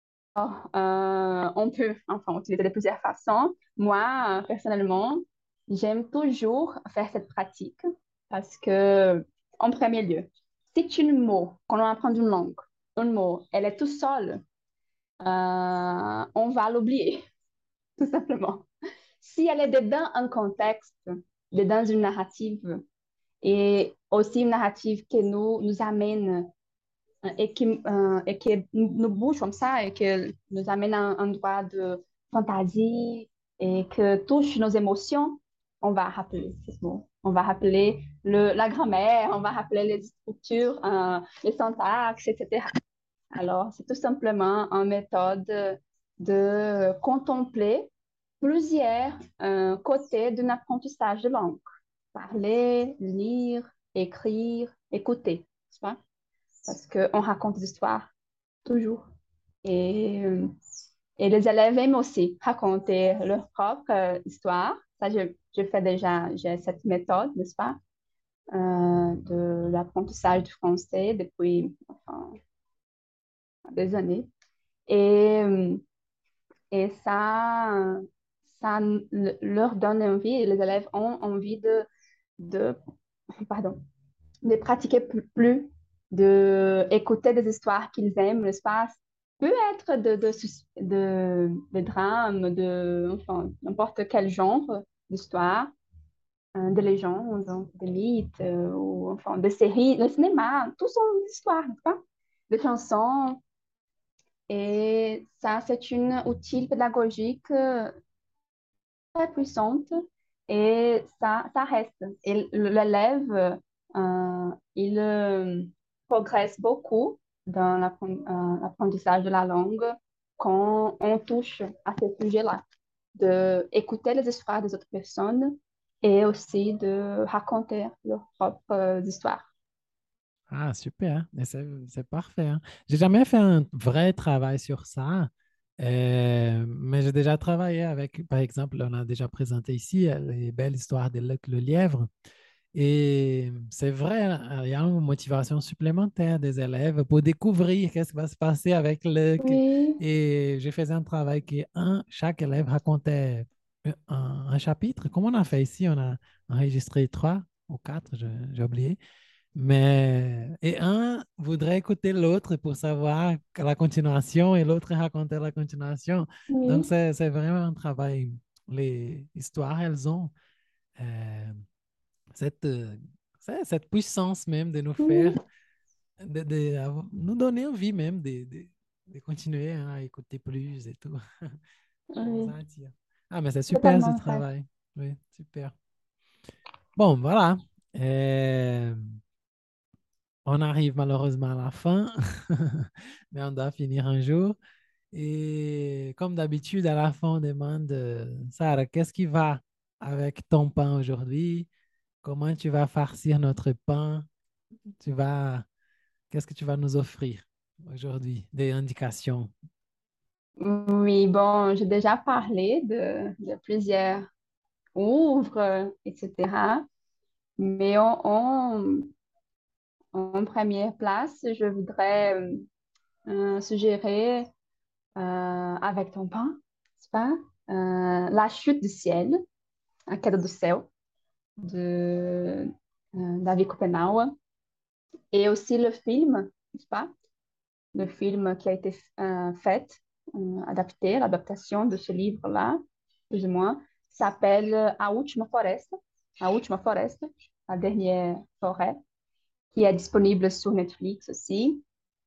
euh, on peut enfin utiliser de plusieurs façons. Moi, euh, personnellement, j'aime toujours faire cette pratique parce que, en premier lieu, si tu un mot, quand on apprend une langue, un mot, elle est tout seule, euh, on va l'oublier, tout simplement. si elle est dedans un contexte, dedans une narrative, et aussi une narrative qui nous, nous amène euh, et qui, euh, et qui nous, nous bouge comme ça et qui nous amène à un endroit de fantaisie et que touche nos émotions, on va rappeler, c'est bon. On va rappeler le, la grammaire, on va rappeler les structures, euh, les syntaxes, et cetera. Alors, c'est tout simplement une méthode de contempler plusieurs euh, côtés d'un apprentissage de langue. Parler, lire, écrire, écouter, n'est-ce pas? Parce qu'on raconte des histoires, toujours. Et, euh, et les élèves aiment aussi raconter leur propre euh, histoire. Ça, je, je fais déjà, j'ai cette méthode, n'est-ce pas? Euh, de l'apprentissage du français depuis enfin, des années. Et, euh, et ça, ça le- leur donne envie, les élèves ont envie de, de, pardon, de pratiquer plus, plus, de écouter des histoires qu'ils aiment, l'espace peut être de, de, sus- de, de drame, de enfin, n'importe quel genre d'histoire, euh, de légendes, donc, de mythes, euh, ou enfin, de séries, le cinéma, tout sont des histoires, n'est-ce pas? De chansons. Et ça, c'est une outil pédagogique euh, très puissante et ça, ça reste. Et l'élève, euh, il euh, progresse beaucoup dans l'appren- euh, l'apprentissage de la langue quand on touche à ce sujet-là, de écouter les histoires des autres personnes et aussi de raconter leurs propres histoires. Ah, super, hein. Et C'est c'est parfait, hein. J'ai jamais fait un vrai travail sur ça, euh, mais j'ai déjà travaillé avec, par exemple, on a déjà présenté ici euh, les belles histoires de Luc le lièvre. Et c'est vrai, hein, il y a une motivation supplémentaire des élèves pour découvrir qu'est-ce qui va se passer avec Luc. Oui, Et j'ai fait un travail qui, un, chaque élève racontait un, un chapitre. Comme on a fait ici, on a enregistré trois ou quatre, je- j'ai oublié. Mais, et un voudrait écouter l'autre pour savoir que la continuation et l'autre raconter la continuation. Donc, oui, c'est, c'est vraiment un travail. Les histoires, elles ont euh, cette, euh, c'est- cette puissance même de nous faire, oui, de, de avoir- nous donner envie même de, de, de continuer hein, à écouter plus et tout. Ça nous oui, attire. Ah, mais c'est super ce totalement vrai. travail. Oui, super. Bon, voilà. Euh, On arrive malheureusement à la fin, mais on doit finir un jour. Et comme d'habitude, à la fin, on demande, euh, Sarah, qu'est-ce qui va avec ton pain aujourd'hui? Comment tu vas farcir notre pain? Tu vas, qu'est-ce que tu vas nous offrir aujourd'hui? Des indications. Oui, bon, j'ai déjà parlé de, de plusieurs ouvres, et cetera. Mais en, en, en première place, je voudrais euh, euh, suggérer euh, avec ton pain, n'est-ce pas? Euh, La chute du ciel, A queda do céu, de euh, David Copenhauer. Et aussi le film, n'est-ce pas? Le film qui a été euh, fait, euh, adapté, l'adaptation de ce livre-là, plus ou moins, s'appelle A Última Floresta, A Última Floresta, La Dernière Forêt, qui est disponible sur Netflix aussi.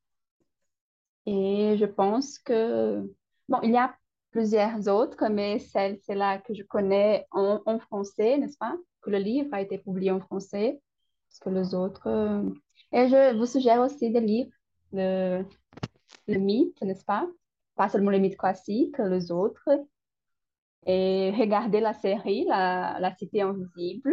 Et je pense que, bon, il y a plusieurs autres, mais celle, c'est là que je connais en, en français, n'est-ce pas? Que le livre a été publié en français, parce que les autres... euh, Et je vous suggère aussi de lire le, le mythe, n'est-ce pas? Pas seulement le mythe classique, les autres. Et regarder la série, La, la Cité invisible.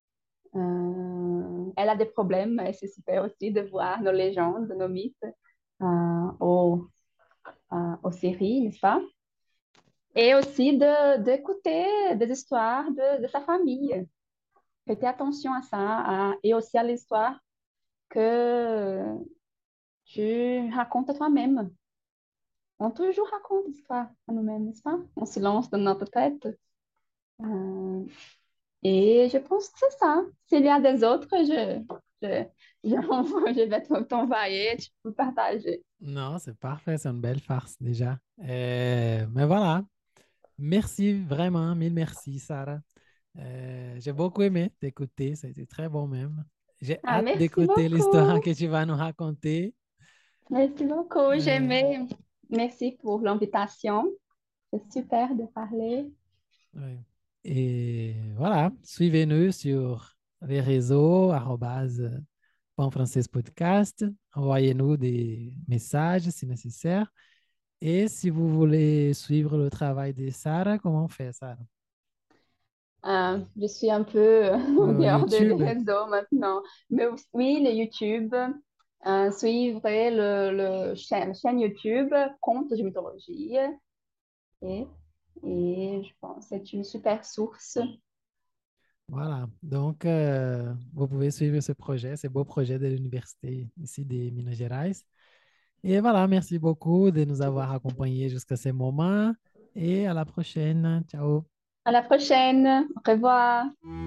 Euh, elle a des problèmes, et c'est super aussi de voir nos légendes, nos mythes euh, aux, euh, aux séries, n'est-ce pas? Et aussi de, d'écouter des histoires de, de sa famille. Prêter attention à ça à- et aussi à l'histoire que tu racontes à toi-même. On toujours raconte l'histoire à nous-mêmes, n'est-ce pas? On se lance dans notre tête. Euh, et je pense que c'est ça. S'il y a des autres, je, je, je, je vais t'en- t'envoyer, tu peux partager. Non, c'est parfait, c'est une belle farce déjà. Euh, mais voilà. Merci vraiment, mille merci, Sarah. Euh, j'ai beaucoup aimé t'écouter, c'était très bon même. J'ai Ah, hâte merci d'écouter l'histoire beaucoup. que tu vas nous raconter. Merci beaucoup. J'ai Euh, aimé. Merci pour l'invitation. C'est super de parler. ouais. Et voilà, suivez-nous sur les réseaux, arrobase Pan Français Podcast. Envoyez-nous des messages si nécessaire. Et si vous voulez suivre le travail de Sarah, comment on fait, Sarah? Euh, je suis un peu en Euh, dehors des YouTube. réseaux maintenant. Mais oui, le YouTube. Euh, suivrez le, le chaîne, chaîne YouTube Contes de mythologie. Et, et je pense que c'est une super source. Voilà. Donc, euh, vous pouvez suivre ce projet, ce beau projet de l'Université ici de Minas Gerais. Et voilà, merci beaucoup de nous avoir accompagnés jusqu'à ce moment. Et à la prochaine. Ciao. À la prochaine. Au revoir.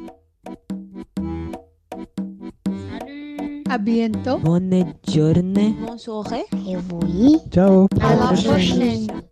À bientôt. Bonne journée. Bonne soirée. Et oui. Ciao. À la prochaine. prochaine.